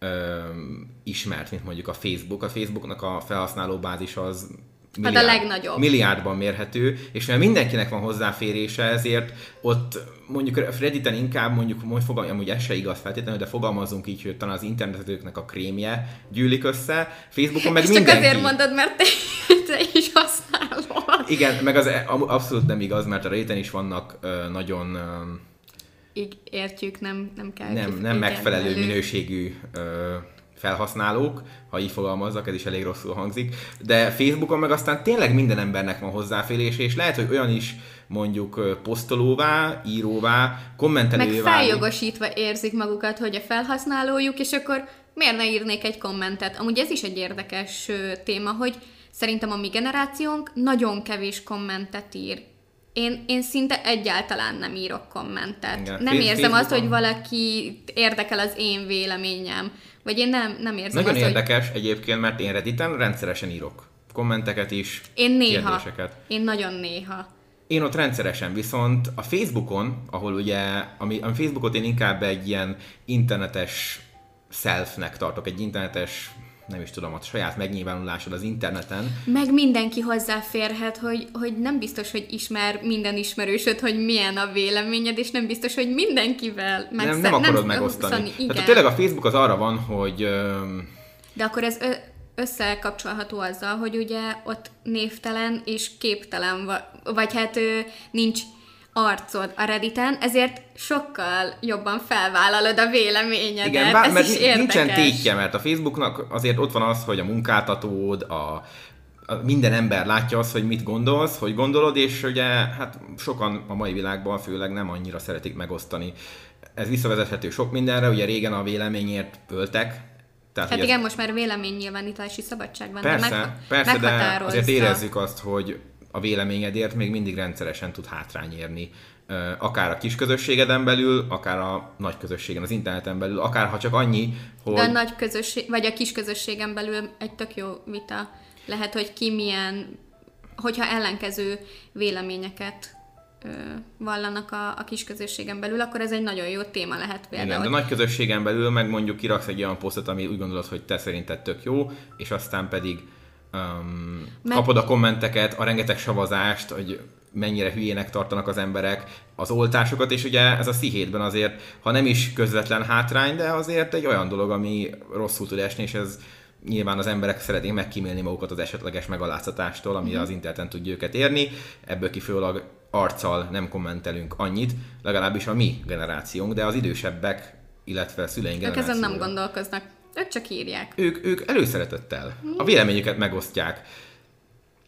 Speaker 1: öm, ismert, mint mondjuk a Facebook. A Facebooknak a felhasználóbázis az milliárd,
Speaker 2: hát a legnagyobb.
Speaker 1: milliárdban mérhető, és mivel mindenkinek van hozzáférése, ezért ott mondjuk Redditen inkább mondjuk, mondjuk fogalmazunk, amúgy ez se igaz feltétlenül, de fogalmazunk így, hogy talán az internetezőknek a krémje gyűlik össze, Facebookon meg
Speaker 2: és
Speaker 1: mindenki.
Speaker 2: csak azért mondod, mert te, te is használod.
Speaker 1: Igen, meg az abszolút nem igaz, mert a Redditen is vannak uh, nagyon... Uh,
Speaker 2: így értjük, nem, nem kell
Speaker 1: Nem, nem megfelelő elő. minőségű uh, felhasználók, ha így fogalmazzak, ez is elég rosszul hangzik, de Facebookon meg aztán tényleg minden embernek van hozzáférése, és lehet, hogy olyan is mondjuk posztolóvá, íróvá, kommentelővá.
Speaker 2: Meg feljogosítva érzik magukat, hogy a felhasználójuk, és akkor miért ne írnék egy kommentet? Amúgy ez is egy érdekes téma, hogy szerintem a mi generációnk nagyon kevés kommentet ír. Én, én szinte egyáltalán nem írok kommentet. Igen, nem érzem Facebookon azt, hogy valaki érdekel az én véleményem. Vagy én nem, nem érzem
Speaker 1: Nagyon
Speaker 2: azt,
Speaker 1: érdekes hogy... egyébként, mert én Redditen rendszeresen írok kommenteket is,
Speaker 2: én néha.
Speaker 1: kérdéseket.
Speaker 2: Én nagyon néha.
Speaker 1: Én ott rendszeresen, viszont a Facebookon, ahol ugye, ami, a Facebookot én inkább egy ilyen internetes selfnek tartok, egy internetes, nem is tudom, a saját megnyilvánulásod az interneten.
Speaker 2: Meg mindenki hozzáférhet, hogy, hogy nem biztos, hogy ismer minden ismerősöd, hogy milyen a véleményed, és nem biztos, hogy mindenkivel
Speaker 1: megszem, nem, nem akarod nem megosztani. Tehát tényleg a Facebook az arra van, hogy... Öm...
Speaker 2: De akkor ez ö- összekapcsolható azzal, hogy ugye ott névtelen és képtelen, va- vagy hát ö, nincs arcod a Redditen, ezért sokkal jobban felvállalod a véleményedet.
Speaker 1: Igen, bár,
Speaker 2: ez
Speaker 1: mert
Speaker 2: is érdekes.
Speaker 1: Nincsen tétje, mert a Facebooknak azért ott van az, hogy a munkáltatód, a, a minden ember látja azt, hogy mit gondolsz, hogy gondolod, és ugye hát sokan a mai világban főleg nem annyira szeretik megosztani. Ez visszavezethető sok mindenre, ugye régen a véleményért öltek.
Speaker 2: Tehát, hát igen, ez... most már véleménynyilvánítási szabadság van,
Speaker 1: persze,
Speaker 2: de meg,
Speaker 1: persze, de azért érezzük azt, hogy a véleményedért még mindig rendszeresen tud hátrány érni. Akár a kis közösségeden belül, akár a nagy közösségen, az interneten belül, akár ha csak annyi, hogy...
Speaker 2: De a nagy közösség, vagy a kis közösségen belül egy tök jó vita lehet, hogy ki milyen, hogyha ellenkező véleményeket ö, vallanak a, a kis közösségen belül, akkor ez egy nagyon jó téma lehet például.
Speaker 1: Igen, de a nagy közösségen belül meg mondjuk kiraksz egy olyan posztot, ami úgy gondolod, hogy te szerinted tök jó, és aztán pedig Um, Meg... kapod a kommenteket, a rengeteg savazást, hogy mennyire hülyének tartanak az emberek, az oltásokat, és ugye ez a Szihétben azért, ha nem is közvetlen hátrány, de azért egy olyan dolog, ami rosszul tud esni, és ez nyilván az emberek szeretnék megkímélni magukat az esetleges megaláztatástól, ami mm-hmm. az interneten tudja őket érni, ebből kifolyólag arccal nem kommentelünk annyit, legalábbis a mi generációnk, de az idősebbek, illetve szüleink generációja.
Speaker 2: Ők ezen nem gondolkoznak. Ők csak írják.
Speaker 1: Ők, ők előszeretettel a véleményüket megosztják.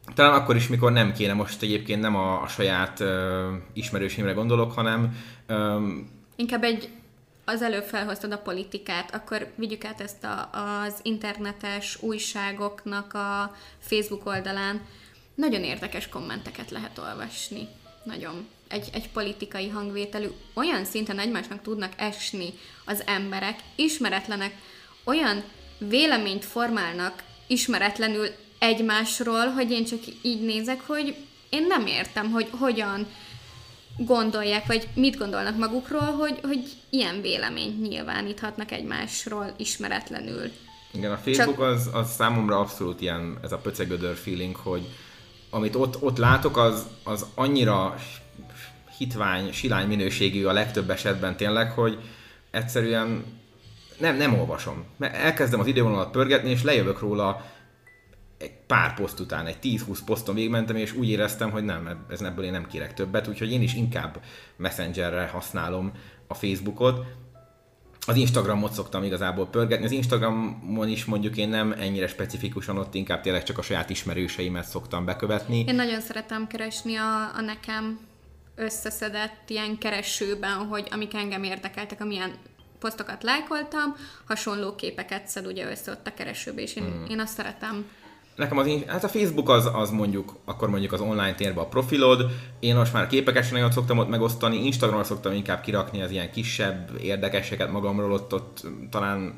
Speaker 1: talán akkor is, mikor nem kéne, most egyébként nem a, a saját ö, ismerősémre gondolok, hanem... Ö,
Speaker 2: Inkább egy, az előbb felhoztad a politikát, akkor vigyük át ezt a, az internetes újságoknak a Facebook oldalán. Nagyon érdekes kommenteket lehet olvasni. Nagyon. Egy, egy politikai hangvételű. Olyan szinten egymásnak tudnak esni az emberek, ismeretlenek, olyan véleményt formálnak ismeretlenül egymásról, hogy én csak így nézek, hogy én nem értem, hogy hogyan gondolják, vagy mit gondolnak magukról, hogy, hogy ilyen véleményt nyilváníthatnak egymásról ismeretlenül.
Speaker 1: Igen, a Facebook Csak... az, az számomra abszolút ilyen, ez a pöcegödör feeling, hogy amit ott, ott látok, az, az annyira hitvány, silány minőségű a legtöbb esetben tényleg, hogy egyszerűen nem, nem olvasom. Mert elkezdem az idővonalat pörgetni, és lejövök róla egy pár poszt után, egy tíz-húsz poszton végigmentem, és úgy éreztem, hogy nem, ez ebből én nem kérek többet, úgyhogy én is inkább Messengerre használom a Facebookot. Az Instagramot szoktam igazából pörgetni. Az Instagramon is mondjuk én nem ennyire specifikusan, ott inkább tényleg csak a saját ismerőseimet szoktam bekövetni.
Speaker 2: Én nagyon szeretem keresni a, a nekem összeszedett ilyen keresőben, hogy amik engem érdekeltek, amilyen posztokat lájkoltam, hasonló képeket szed ugye össze ott a keresőbe, és én, hmm. én azt szeretem.
Speaker 1: Nekem az, hát a Facebook az, az mondjuk, akkor mondjuk az online térben a profilod, én most már képeket sem nagyon szoktam ott megosztani, Instagramra szoktam inkább kirakni az ilyen kisebb érdekeseket magamról, ott, ott talán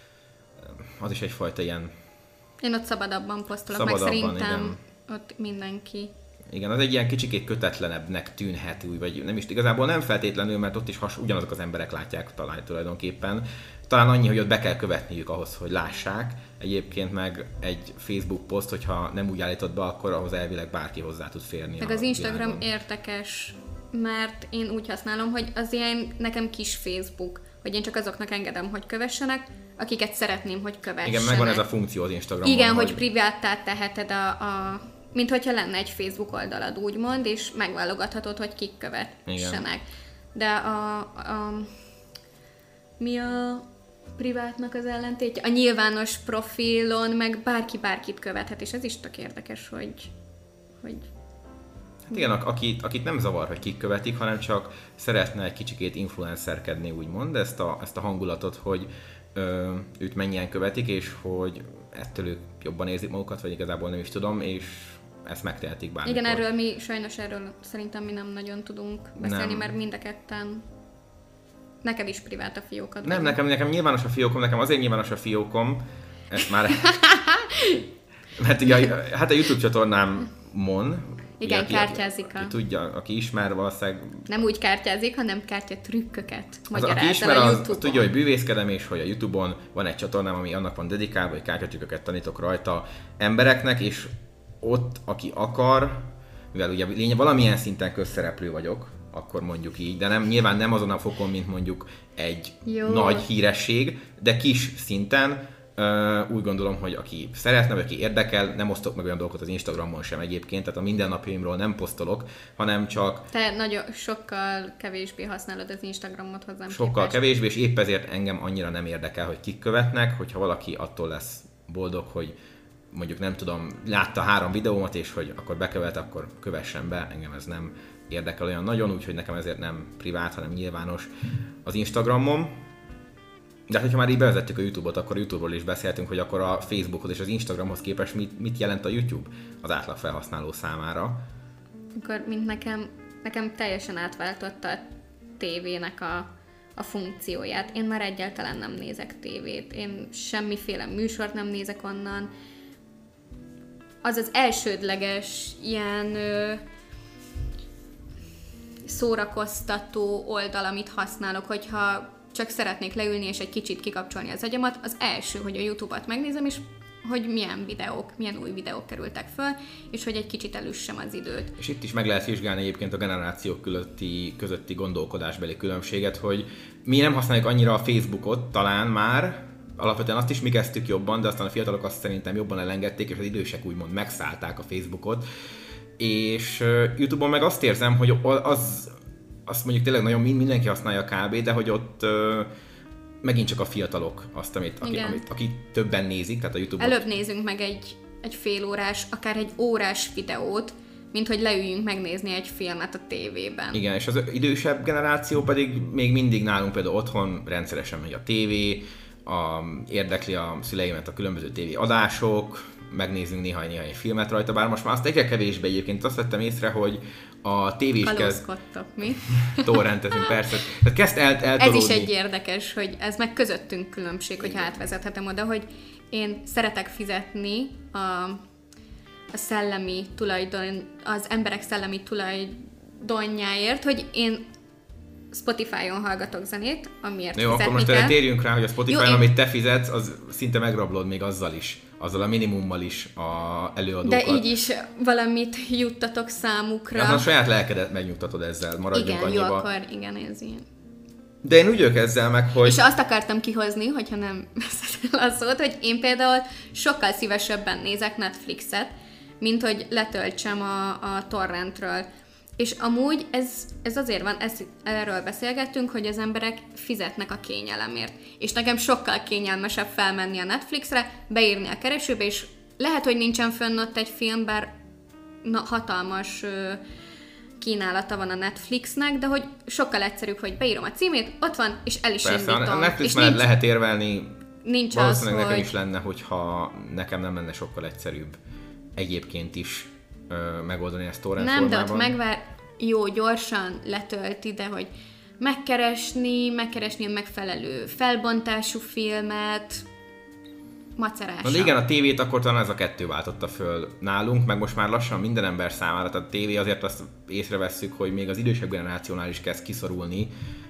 Speaker 1: az is egyfajta ilyen...
Speaker 2: Én ott szabadabban posztolok,
Speaker 1: szabadabban,
Speaker 2: meg szerintem
Speaker 1: igen.
Speaker 2: Ott mindenki.
Speaker 1: Igen, az egy ilyen kicsikét kötetlenebbnek tűnhet, úgy, vagy nem is igazából nem feltétlenül, mert ott is has, ugyanazok az emberek látják talán tulajdonképpen. Talán annyi, hogy ott be kell követniük ahhoz, hogy lássák. Egyébként meg egy Facebook poszt, hogyha nem úgy állítod be, akkor ahhoz elvileg bárki hozzá tud férni.
Speaker 2: Meg az Instagram világon. Érdekes, mert én úgy használom, hogy az ilyen nekem kis Facebook, hogy én csak azoknak engedem, hogy kövessenek, akiket szeretném, hogy kövessenek.
Speaker 1: Igen, megvan ez a funkció az Instagramon.
Speaker 2: Igen, hogy, hogy priváttá teheted a... a mint hogyha lenne egy Facebook oldalad, úgymond, és megválogathatod, hogy kik kövessenek. De a, a... Mi a privátnak az ellentétje? A nyilvános profilon meg bárki bárkit követhet, és ez is tök érdekes, hogy... hogy...
Speaker 1: Hát igen, akit, akit nem zavar, hogy kik követik, hanem csak szeretne egy kicsikét influencerkedni, úgymond, ezt a, ezt a hangulatot, hogy ö, őt mennyien követik, és hogy ettől ők jobban érzik magukat, vagy igazából nem is tudom, és ezt megtehetik bármikor.
Speaker 2: Igen, erről mi, sajnos erről szerintem mi nem nagyon tudunk beszélni, nem. Mert mind a ketten neked is privát a fiókod.
Speaker 1: Nem, nekem, nekem nyilvános a fiókom, nekem azért nyilvános a fiókom, ezt már... mert ugye, hát a YouTube csatornámon...
Speaker 2: Igen,
Speaker 1: aki,
Speaker 2: kártyázik
Speaker 1: aki,
Speaker 2: a...
Speaker 1: aki tudja, aki ismer valószínűleg...
Speaker 2: Nem úgy kártyázik, hanem kártya trükköket
Speaker 1: az, aki ismer, az, az tudja, hogy bűvészkedem, és hogy a YouTube-on van egy csatornám, ami annak van dedikálva, hogy kártyatrükköket tanítok rajta embereknek, és ott, aki akar, mivel ugye lényeg, valamilyen szinten közszereplő vagyok, akkor mondjuk így, de nem, nyilván nem azon a fokon, mint mondjuk egy Jó. nagy híresség, de kis szinten, Uh, úgy gondolom, hogy aki szeretne, vagy aki érdekel, nem osztok meg olyan dolgokat az Instagramon sem egyébként, tehát a mindennapjaimról nem posztolok, hanem csak...
Speaker 2: Te nagyon sokkal kevésbé használod az Instagramot hozzám
Speaker 1: Sokkal
Speaker 2: képest.
Speaker 1: kevésbé, és épp ezért engem annyira nem érdekel, hogy kik követnek, hogyha valaki attól lesz boldog, hogy mondjuk nem tudom, látta három videómat, és hogy akkor bekövet, akkor kövessen be, engem ez nem érdekel olyan nagyon, úgyhogy nekem ezért nem privát, hanem nyilvános az Instagramom. De hogyha már így bevezettük a YouTube-ot, akkor YouTube-ról is beszéltünk, hogy akkor a Facebookhoz és az Instagramhoz képest mit, mit jelent a YouTube az átlag felhasználó számára.
Speaker 2: Akkor mint nekem, nekem teljesen átváltotta a tévének a, a funkcióját. Én már egyáltalán nem nézek tévét, én semmiféle műsort nem nézek onnan. Az az elsődleges ilyen ö, szórakoztató oldal, amit használok, hogyha csak szeretnék leülni és egy kicsit kikapcsolni az agyamat, az első, hogy a YouTube-ot megnézem, és hogy milyen videók, milyen új videók kerültek föl, és hogy egy kicsit elüssem az időt.
Speaker 1: És itt is meg lehet vizsgálni egyébként a generációk közötti, közötti gondolkodásbeli különbséget, hogy mi nem használjuk annyira a Facebookot, talán már, alapvetően azt is mi kezdtük jobban, de aztán a fiatalok azt szerintem jobban elengedték, és az idősek úgymond megszállták a Facebookot. És YouTube-on meg azt érzem, hogy az azt mondjuk tényleg nagyon mindenki használja kb, de hogy ott ö, megint csak a fiatalok azt, amit, aki, amit, aki többen nézik, tehát a YouTube-ot.
Speaker 2: Előbb nézünk meg egy egy fél órás, akár egy órás videót, mint hogy leüljünk megnézni egy filmet a tévében.
Speaker 1: Igen, és az idősebb generáció pedig még mindig nálunk például otthon rendszeresen megy a tévé, a, érdekli a szüleimet a különböző tévé adások, megnézünk néha-néha egy filmet rajta, bár most már azt egyre kevésbé egyébként. Azt vettem észre, hogy a tévés kezd...
Speaker 2: Kalózkodtok, mi?
Speaker 1: Torrentezünk, persze. Tehát kezd el, eltolódni.
Speaker 2: Ez is egy érdekes, hogy ez meg közöttünk különbség, hogy átvezethetem oda, hogy én szeretek fizetni a, a szellemi tulajdon, az emberek szellemi tulajdonjáért, hogy én Spotify-on hallgatok zenét, amiért
Speaker 1: jó,
Speaker 2: fizetni
Speaker 1: akkor most
Speaker 2: kell.
Speaker 1: erre térjünk rá, hogy a Spotify-on,
Speaker 2: jó,
Speaker 1: amit te fizetsz, az szinte megrablod még azzal is, azzal a minimummal is a előadókat.
Speaker 2: De így is valamit juttatok számukra.
Speaker 1: Hát a saját lelkedet megnyugtatod ezzel, maradjunk
Speaker 2: igen,
Speaker 1: annyiba.
Speaker 2: jó, akkor igen, ez ilyen.
Speaker 1: De én úgy vagyok ezzel meg, hogy...
Speaker 2: És azt akartam kihozni, hogyha nem veszel a szót, hogy én például sokkal szívesebben nézek Netflixet, mint hogy letöltsem a, a torrentről. És amúgy ez, ez azért van, ez, erről beszélgettünk, hogy az emberek fizetnek a kényelemért. És nekem sokkal kényelmesebb felmenni a Netflixre, beírni a keresőbe, és lehet, hogy nincsen fönn ott egy film, bár na, hatalmas ö, kínálata van a Netflixnek, de hogy sokkal egyszerűbb, hogy beírom a címét, ott van, és el is
Speaker 1: persze,
Speaker 2: indítom.
Speaker 1: a Netflix
Speaker 2: és
Speaker 1: mellett
Speaker 2: nincs,
Speaker 1: lehet érvelni,
Speaker 2: nincs
Speaker 1: valószínűleg
Speaker 2: az,
Speaker 1: nekem
Speaker 2: hogy...
Speaker 1: is lenne, hogyha nekem nem lenne sokkal egyszerűbb egyébként is ö, megoldani ezt torrent
Speaker 2: Nem,
Speaker 1: formában.
Speaker 2: de ott megvár, jó, gyorsan letölti, de hogy megkeresni, megkeresni a megfelelő felbontású filmet, macerása.
Speaker 1: Na de igen, a tévét akkor talán ez a kettő váltotta föl nálunk, meg most már lassan minden ember számára, tehát a tévé azért azt észrevesszük, hogy még az idősebb generációnál is kezd kiszorulni,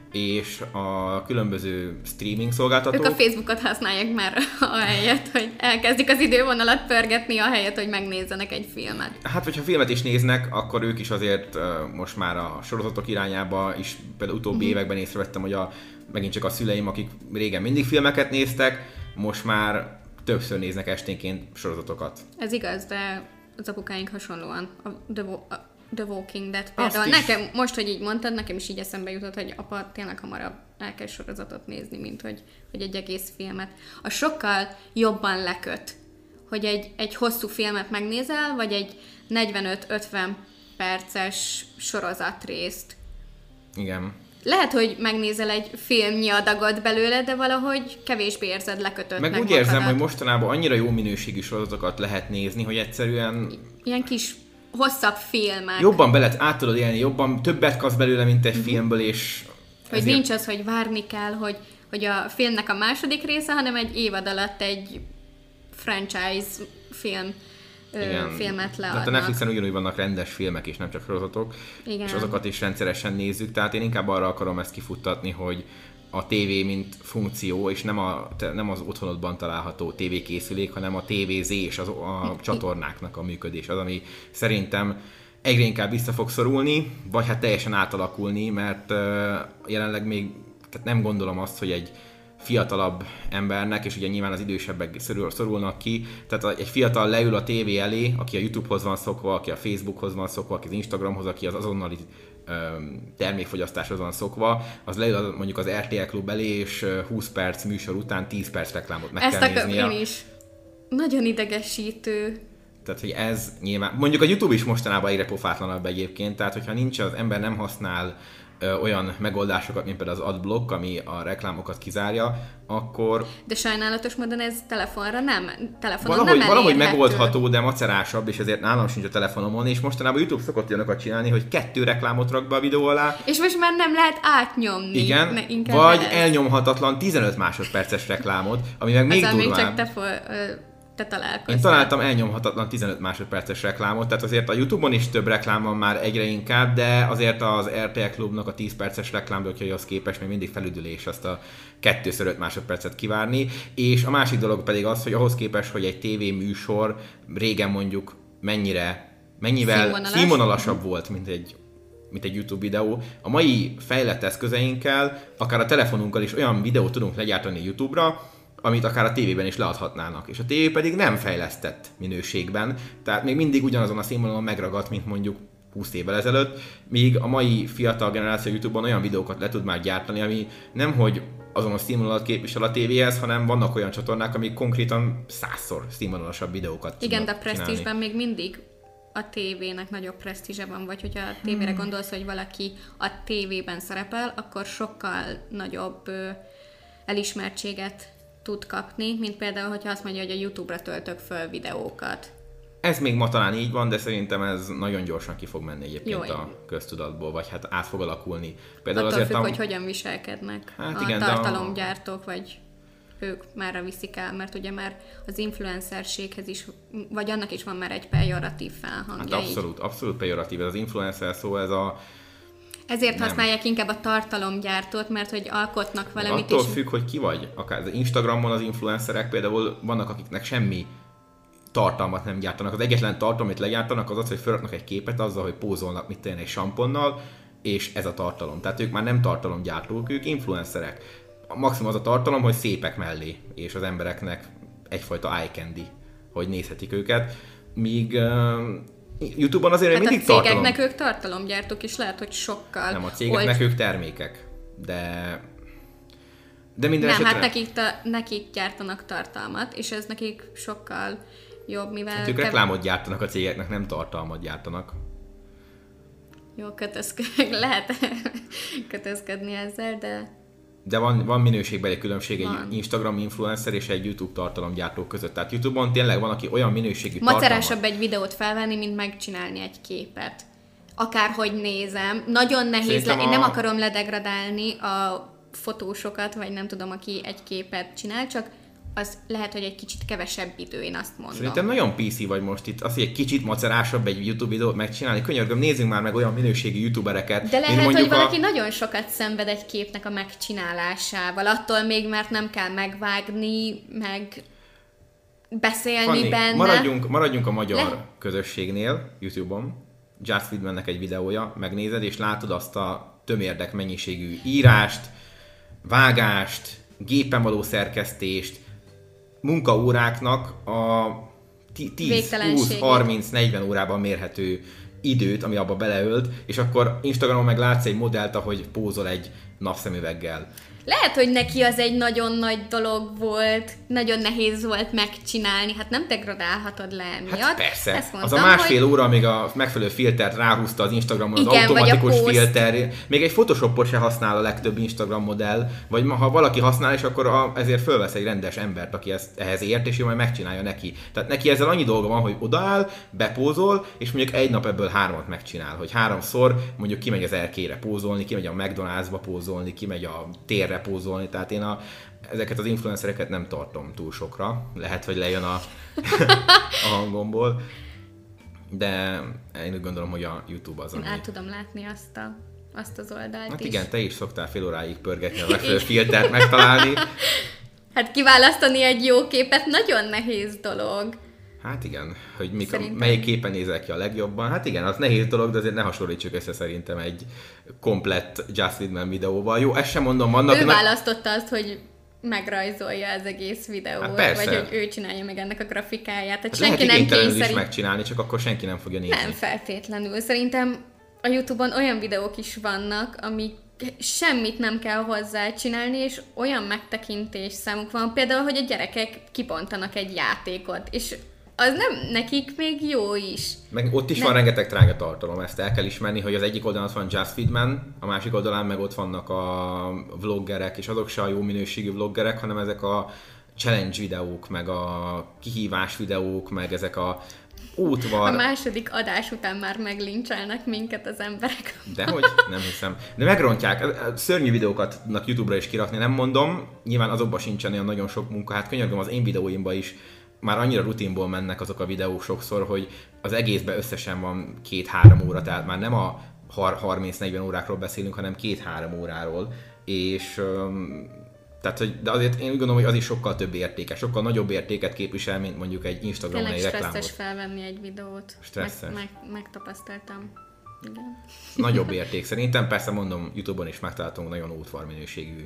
Speaker 1: és a különböző streaming szolgáltatók...
Speaker 2: Ők a Facebookot használják már ahelyett, hogy elkezdik az idővonalat pörgetni, ahelyett, hogy megnézzenek egy filmet.
Speaker 1: Hát, hogyha filmet is néznek, akkor ők is azért uh, most már a sorozatok irányába is, például utóbbi uh-huh. években észrevettem, hogy a, megint csak a szüleim, akik régen mindig filmeket néztek, most már többször néznek esténként sorozatokat.
Speaker 2: Ez igaz, de az apukáink hasonlóan a The, a The Walking Dead például.
Speaker 1: Azt
Speaker 2: Nekem, most, hogy így mondtad, nekem is így eszembe jutott, hogy apa tényleg hamarabb elkezd sorozatot nézni, mint hogy, hogy egy egész filmet. A sokkal jobban leköt, hogy egy, egy hosszú filmet megnézel, vagy egy negyvenöt-ötven perces sorozatrészt.
Speaker 1: Igen.
Speaker 2: Lehet, hogy megnézel egy filmnyi adagot belőle, de valahogy kevésbé érzed lekötöttnek.
Speaker 1: Meg úgy
Speaker 2: magadat.
Speaker 1: érzem, hogy mostanában annyira jó minőségű sorozatokat lehet nézni, hogy egyszerűen...
Speaker 2: Ilyen kis hosszabb filmek.
Speaker 1: Jobban belet át tudod élni, jobban többet kapsz belőle, mint egy mm-hmm. filmből, és...
Speaker 2: Hogy ezért... nincs az, hogy várni kell, hogy, hogy a filmnek a második része, hanem egy évad alatt egy franchise film ö, filmet leadnak.
Speaker 1: Tehát a Netflixen ugyanúgy vannak rendes filmek, és nem csak sorozatok, igen. És azokat is rendszeresen nézzük, tehát én inkább arra akarom ezt kifuttatni, hogy a tévé mint funkció, és nem, a, nem az otthonodban található tévékészülék, hanem a tévézés, az, a csatornáknak a működés az, ami szerintem egyre inkább vissza fog szorulni, vagy hát teljesen átalakulni, mert uh, jelenleg még tehát nem gondolom azt, hogy egy fiatalabb embernek, és ugye nyilván az idősebbek szorul, szorulnak ki, tehát egy fiatal leül a tévé elé, aki a YouTube-hoz van szokva, aki a Facebookhoz van szokva, aki az Instagramhoz, aki az azonnali termékfogyasztáshoz van szokva, az leül mondjuk az er té el Klub elé, és húsz perc műsor után tíz perc reklámot meg
Speaker 2: ezt
Speaker 1: kell néznie.
Speaker 2: Ezt én is. Nagyon idegesítő.
Speaker 1: Tehát, hogy ez nyilván... Mondjuk a YouTube is mostanában egyre pofátlanabb egyébként, tehát hogyha nincs, az ember nem használ ö, olyan megoldásokat, mint például az adblock, ami a reklámokat kizárja, akkor...
Speaker 2: De sajnálatos módon ez telefonra nem, telefonon
Speaker 1: valahogy,
Speaker 2: nem
Speaker 1: valahogy
Speaker 2: elérhető.
Speaker 1: megoldható, de macerásabb, és ezért nálam sincs a telefonomon, és mostanában YouTube szokott olyanokat csinálni, hogy kettő reklámot rak be a videó alá.
Speaker 2: És most már nem lehet átnyomni.
Speaker 1: Igen,
Speaker 2: ne,
Speaker 1: vagy
Speaker 2: lehet.
Speaker 1: elnyomhatatlan tizenöt másodperces reklámot, ami meg még
Speaker 2: Azzal
Speaker 1: durvább.
Speaker 2: még csak te, fo- te találkoztál.
Speaker 1: Én találtam elnyomhatatlan tizenöt másodperces reklámot, tehát azért a YouTube-on is több reklám van már egyre inkább, de azért az er té el Klubnak a tíz perces reklámból, hogy az képes még mindig felüdülés azt a kettőször öt másodpercet kivárni, és a másik dolog pedig az, hogy ahhoz képest, hogy egy tévéműsor régen mondjuk mennyire, mennyivel
Speaker 2: Színvonalas.
Speaker 1: színvonalasabb volt, mint egy mint egy YouTube videó. A mai fejlett eszközeinkkel, akár a telefonunkkal is olyan videót tudunk legyártani YouTube-ra, amit akár a tévében is leadhatnának. És a tévé pedig nem fejlesztett minőségben, tehát még mindig ugyanazon a színvonalon megragadt, mint mondjuk húsz évvel ezelőtt, míg a mai fiatal generáció YouTube-on olyan videókat le tud már gyártani, ami nemhogy azonos színvonalat képvisel a tévéhez, hanem vannak olyan csatornák, amik konkrétan százszor színvonalasabb videókat
Speaker 2: igen, de a presztízsben még mindig a tévének nagyobb presztízse van, vagy hogyha a tévére gondolsz, hogy valaki a tévében szerepel, akkor sokkal nagyobb ö, elismertséget tud kapni, mint például, hogyha azt mondja, hogy a YouTube-ra töltök föl videókat.
Speaker 1: Ez még ma talán így van, de szerintem ez nagyon gyorsan ki fog menni egyébként
Speaker 2: Jó,
Speaker 1: a köztudatból, vagy hát át fog alakulni. Például
Speaker 2: attól
Speaker 1: azért
Speaker 2: függ,
Speaker 1: a...
Speaker 2: hogy hogyan viselkednek
Speaker 1: hát
Speaker 2: a
Speaker 1: igen,
Speaker 2: tartalomgyártók, vagy ők márra viszik el, mert ugye már az influencerséghez is, vagy annak is van már egy pejoratív felhangja.
Speaker 1: Hát abszolút, abszolút pejoratív. Ez az influencer szó, ez a...
Speaker 2: Ezért
Speaker 1: nem.
Speaker 2: használják inkább a tartalomgyártót, mert hogy alkotnak valamit
Speaker 1: attól
Speaker 2: is.
Speaker 1: függ, hogy ki vagy. Akár az Instagramon az influencerek például vannak, akiknek semmi tartalmat nem gyártanak. Az egyetlen tartalom, amit legyártanak, az az, hogy felraknak egy képet azzal, hogy pózolnak mit tenni egy samponnal, és ez a tartalom. Tehát ők már nem tartalomgyártók, ők influencerek. A maximum az a tartalom, hogy szépek mellé, és az embereknek egyfajta eye candy, hogy nézhetik őket. Míg uh, YouTube-on azért
Speaker 2: hát
Speaker 1: mindig
Speaker 2: a cégeknek
Speaker 1: tartalom.
Speaker 2: ők tartalomgyártók, és lehet, hogy sokkal...
Speaker 1: Nem, a cégeknek
Speaker 2: old...
Speaker 1: ők termékek. De... De minden
Speaker 2: nem,
Speaker 1: esetre...
Speaker 2: hát nekik, ta, nekik gyártanak tartalmat, és ez nekik sokkal jobb, mivel...
Speaker 1: Hát ők
Speaker 2: te...
Speaker 1: reklámot gyártanak a cégeknek, nem tartalmat gyártanak.
Speaker 2: Jó, kötözk... lehet kötözködni ezzel, de...
Speaker 1: De van, van minőségbeli különbség
Speaker 2: van.
Speaker 1: Egy Instagram influencer és egy YouTube tartalomgyártó között. Tehát YouTube-on tényleg van, aki olyan minőségű tartalmat...
Speaker 2: Macerásabb egy videót felvenni, mint megcsinálni egy képet. Akárhogy nézem. Nagyon nehéz,
Speaker 1: Szerintem
Speaker 2: le... én nem
Speaker 1: a-
Speaker 2: akarom ledegradálni a fotósokat, vagy nem tudom, aki egy képet csinál, csak az lehet, hogy egy kicsit kevesebb idő, én azt mondom.
Speaker 1: Szerintem nagyon pé cé vagy most itt. Az, hogy egy kicsit macerásabb egy YouTube videót megcsinálni. Könyörgöm, nézzünk már meg olyan minőségű youtubereket.
Speaker 2: De lehet,
Speaker 1: mint
Speaker 2: hogy
Speaker 1: mondjuk
Speaker 2: valaki
Speaker 1: a...
Speaker 2: nagyon sokat szenved egy képnek a megcsinálásával. Attól még, mert nem kell megvágni, meg beszélni
Speaker 1: Fanni,
Speaker 2: benne.
Speaker 1: maradjunk, maradjunk a magyar
Speaker 2: Le...
Speaker 1: közösségnél YouTube-on. Just Friedmannek egy videója, megnézed, és látod azt a tömérdek mennyiségű írást, vágást, gépen való szerkesztést, munkaóráknak a tíz, húsz, harminc, negyven órában mérhető időt, ami abba beleölt, és akkor Instagramon meg látsz egy modellt, ahogy pózol egy napszemüveggel.
Speaker 2: Lehet, hogy neki az egy nagyon nagy dolog volt, nagyon nehéz volt megcsinálni, hát nem degradálhatod le emiatt.
Speaker 1: Hát persze,
Speaker 2: Ezt mondtam,
Speaker 1: az a másfél
Speaker 2: hogy...
Speaker 1: óra, amíg a megfelelő filtert ráhúzta az Instagramon, az
Speaker 2: igen,
Speaker 1: automatikus filter,
Speaker 2: post.
Speaker 1: még egy Photoshopot se használ a legtöbb Instagram modell, vagy ha valaki használ, és akkor a, ezért fölvesz egy rendes embert, aki ezt, ehhez ért, és ő majd megcsinálja neki. Tehát neki ezzel annyi dolga van, hogy odaáll, bepózol, és mondjuk egy nap ebből hármat megcsinál, hogy háromszor mondjuk kimegy az erkére pózolni, kimegy a McDonald'sba pózolni, kimegy a térre pózolni, tehát én a, ezeket az influencereket nem tartom túl sokra, lehet, hogy lejön a, a hangomból, de én úgy gondolom, hogy a YouTube az,
Speaker 2: Én
Speaker 1: ami...
Speaker 2: át tudom látni azt, a, azt az oldalt
Speaker 1: Hát
Speaker 2: is.
Speaker 1: igen, te is szoktál fél óráig pörgetni a megfelelő filtert megtalálni.
Speaker 2: Hát kiválasztani egy jó képet nagyon nehéz dolog.
Speaker 1: Hát igen, hogy mik a,
Speaker 2: Szerintem.
Speaker 1: melyik képen nézel ki a legjobban. Hát igen, az nehéz dolog, de azért ne hasonlítsuk össze szerintem egy komplett Just Friedman videóval. Jó, ezt sem mondom, vannak...
Speaker 2: Ő
Speaker 1: na...
Speaker 2: választotta azt, hogy megrajzolja az egész videót,
Speaker 1: Hát persze.
Speaker 2: vagy hogy ő csinálja meg ennek a grafikáját. Tehát
Speaker 1: Hát
Speaker 2: senki
Speaker 1: lehet
Speaker 2: nem
Speaker 1: igénytelenül is
Speaker 2: kényszerít.
Speaker 1: megcsinálni, csak akkor senki nem fogja nézni.
Speaker 2: Nem feltétlenül. Szerintem a YouTube-on olyan videók is vannak, amik semmit nem kell hozzá csinálni, és olyan megtekintés számuk van, például, hogy a gyerekek kibontanak egy játékot, és az nem nekik még jó is.
Speaker 1: Meg ott is
Speaker 2: Nem.
Speaker 1: van rengeteg drága tartalom, ezt el kell ismerni, hogy az egyik oldalon ott van Just Friedman, a másik oldalán meg ott vannak a vloggerek, és azok se a jó minőségű vloggerek, hanem ezek a challenge videók, meg a kihívás videók, meg ezek a útvar...
Speaker 2: A második adás után már meglincselnek minket az emberek.
Speaker 1: Dehogy? Nem hiszem. De megrontják. Szörnyű videókat tudnak YouTube-ra is kirakni, nem mondom. Nyilván azokban sincsen olyan nagyon sok munka. Hát könyörgöm, az én videóimban is már annyira rutinból mennek azok a videók sokszor, hogy az egészben összesen van két-három óra, tehát már nem a harminc-negyven órákról beszélünk, hanem két-három óráról. És... Um, tehát, hogy, de azért én úgy gondolom, hogy az is sokkal több értéke, sokkal nagyobb értéket képvisel, mint mondjuk egy Instagramon
Speaker 2: Tényleg
Speaker 1: egy reklámot.
Speaker 2: stresszes felvenni egy videót.
Speaker 1: Stresszes.
Speaker 2: Meg, meg, megtapasztaltam. Igen.
Speaker 1: Nagyobb érték szerintem, persze mondom, YouTube-on is megtaláltunk nagyon útvar minőségű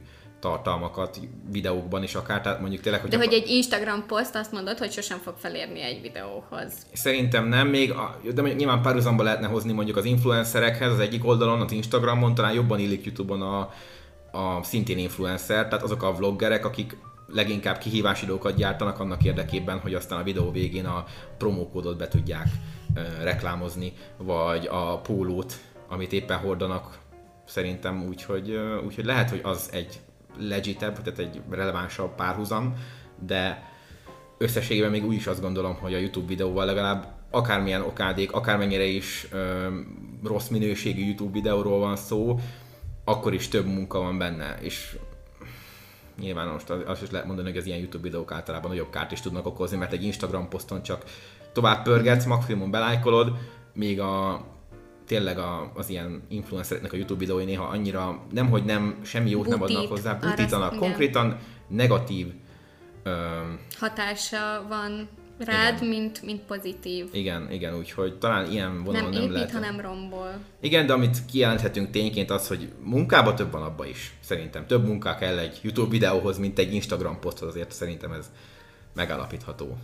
Speaker 1: tartalmakat videókban is akár, tehát mondjuk tényleg, hogy...
Speaker 2: De hogy egy Instagram poszt azt mondod, hogy sosem fog felérni egy videóhoz.
Speaker 1: Szerintem nem, még, a, de nyilván párhuzamba lehetne hozni mondjuk az influencerekhez, az egyik oldalon, az Instagramon, talán jobban illik YouTube-on a, a szintén influencer, tehát azok a vloggerek, akik leginkább kihívásidókat gyártanak annak érdekében, hogy aztán a videó végén a promókódot be tudják uh, reklámozni, vagy a pólót, amit éppen hordanak, szerintem úgy, hogy, uh, úgy, hogy lehet, hogy az egy legitebb, tehát egy relevánsabb párhuzam, de összességében még úgy is azt gondolom, hogy a YouTube videóval legalább akármilyen okádék, akármennyire is uh, rossz minőségű YouTube videóról van szó, akkor is több munka van benne, és nyilván most azt is lehet mondani, hogy az ilyen YouTube videók általában nagyobb kárt is tudnak okozni, mert egy Instagram poszton csak tovább pörgetsz, maximum belájkolod, míg a, tényleg a, az ilyen influencereknek a YouTube videói néha annyira nem, hogy nem, semmi jót Butít. nem adnak hozzá, butítanak, Arra, konkrétan negatív öm,
Speaker 2: hatása van rád, mint, mint pozitív.
Speaker 1: Igen, igen, úgyhogy talán ilyen vonalon nem, nem lehet.
Speaker 2: Nem épít, hanem rombol.
Speaker 1: Igen, de amit kijelenthetünk tényként az, hogy munkában több van abba is. Szerintem több munka kell egy YouTube videóhoz, mint egy Instagram poszthoz, azért szerintem ez megállapítható.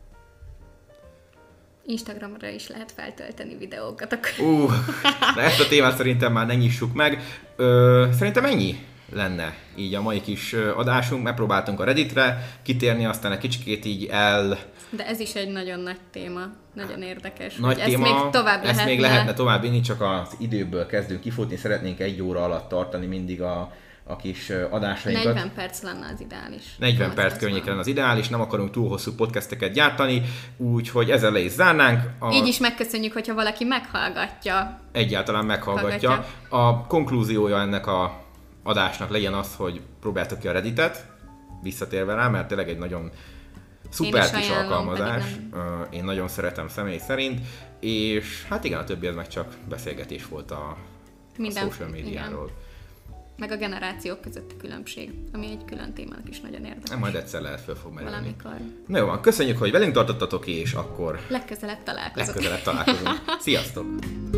Speaker 2: Instagramra is lehet feltölteni videókat. Akkor.
Speaker 1: Uh, de ezt a témát szerintem már ne nyissuk meg. Ö, szerintem ennyi lenne így a mai kis adásunk. Megpróbáltunk a Redditre kitérni, aztán egy kicsikét így el...
Speaker 2: De ez is egy nagyon nagy téma, nagyon érdekes.
Speaker 1: Nagy téma,
Speaker 2: ezt még tovább
Speaker 1: ezt
Speaker 2: lehetne...
Speaker 1: még lehetne tovább vinni, csak az időből kezdünk kifutni, szeretnénk egy óra alatt tartani mindig a, a kis adásainkat.
Speaker 2: negyven perc lenne az ideális.
Speaker 1: negyven perc környék lenne az ideális, nem akarunk túl hosszú podcasteket gyártani, úgyhogy ezzel le is zárnánk.
Speaker 2: A... Így is megköszönjük, hogyha valaki meghallgatja.
Speaker 1: Egyáltalán meghallgatja. Hallgatja. A konklúziója ennek a adásnak legyen az, hogy próbáltok ki a Redditet, visszatérve rá, mert tényleg egy nagyon szuper kis alkalmazás. Én nagyon szeretem személy szerint, és hát igen, a többi az meg csak beszélgetés volt a, Minden, a social médiáról. Igen.
Speaker 2: Meg a generációk közötti különbség, ami egy külön témának is nagyon érdekes.
Speaker 1: Majd egyszer lehet föl fog merülni.
Speaker 2: Valamikor.
Speaker 1: Na jó van, köszönjük, hogy velünk tartottatok, és akkor
Speaker 2: legközelebb találkozunk.
Speaker 1: Legközelebb találkozunk. Sziasztok!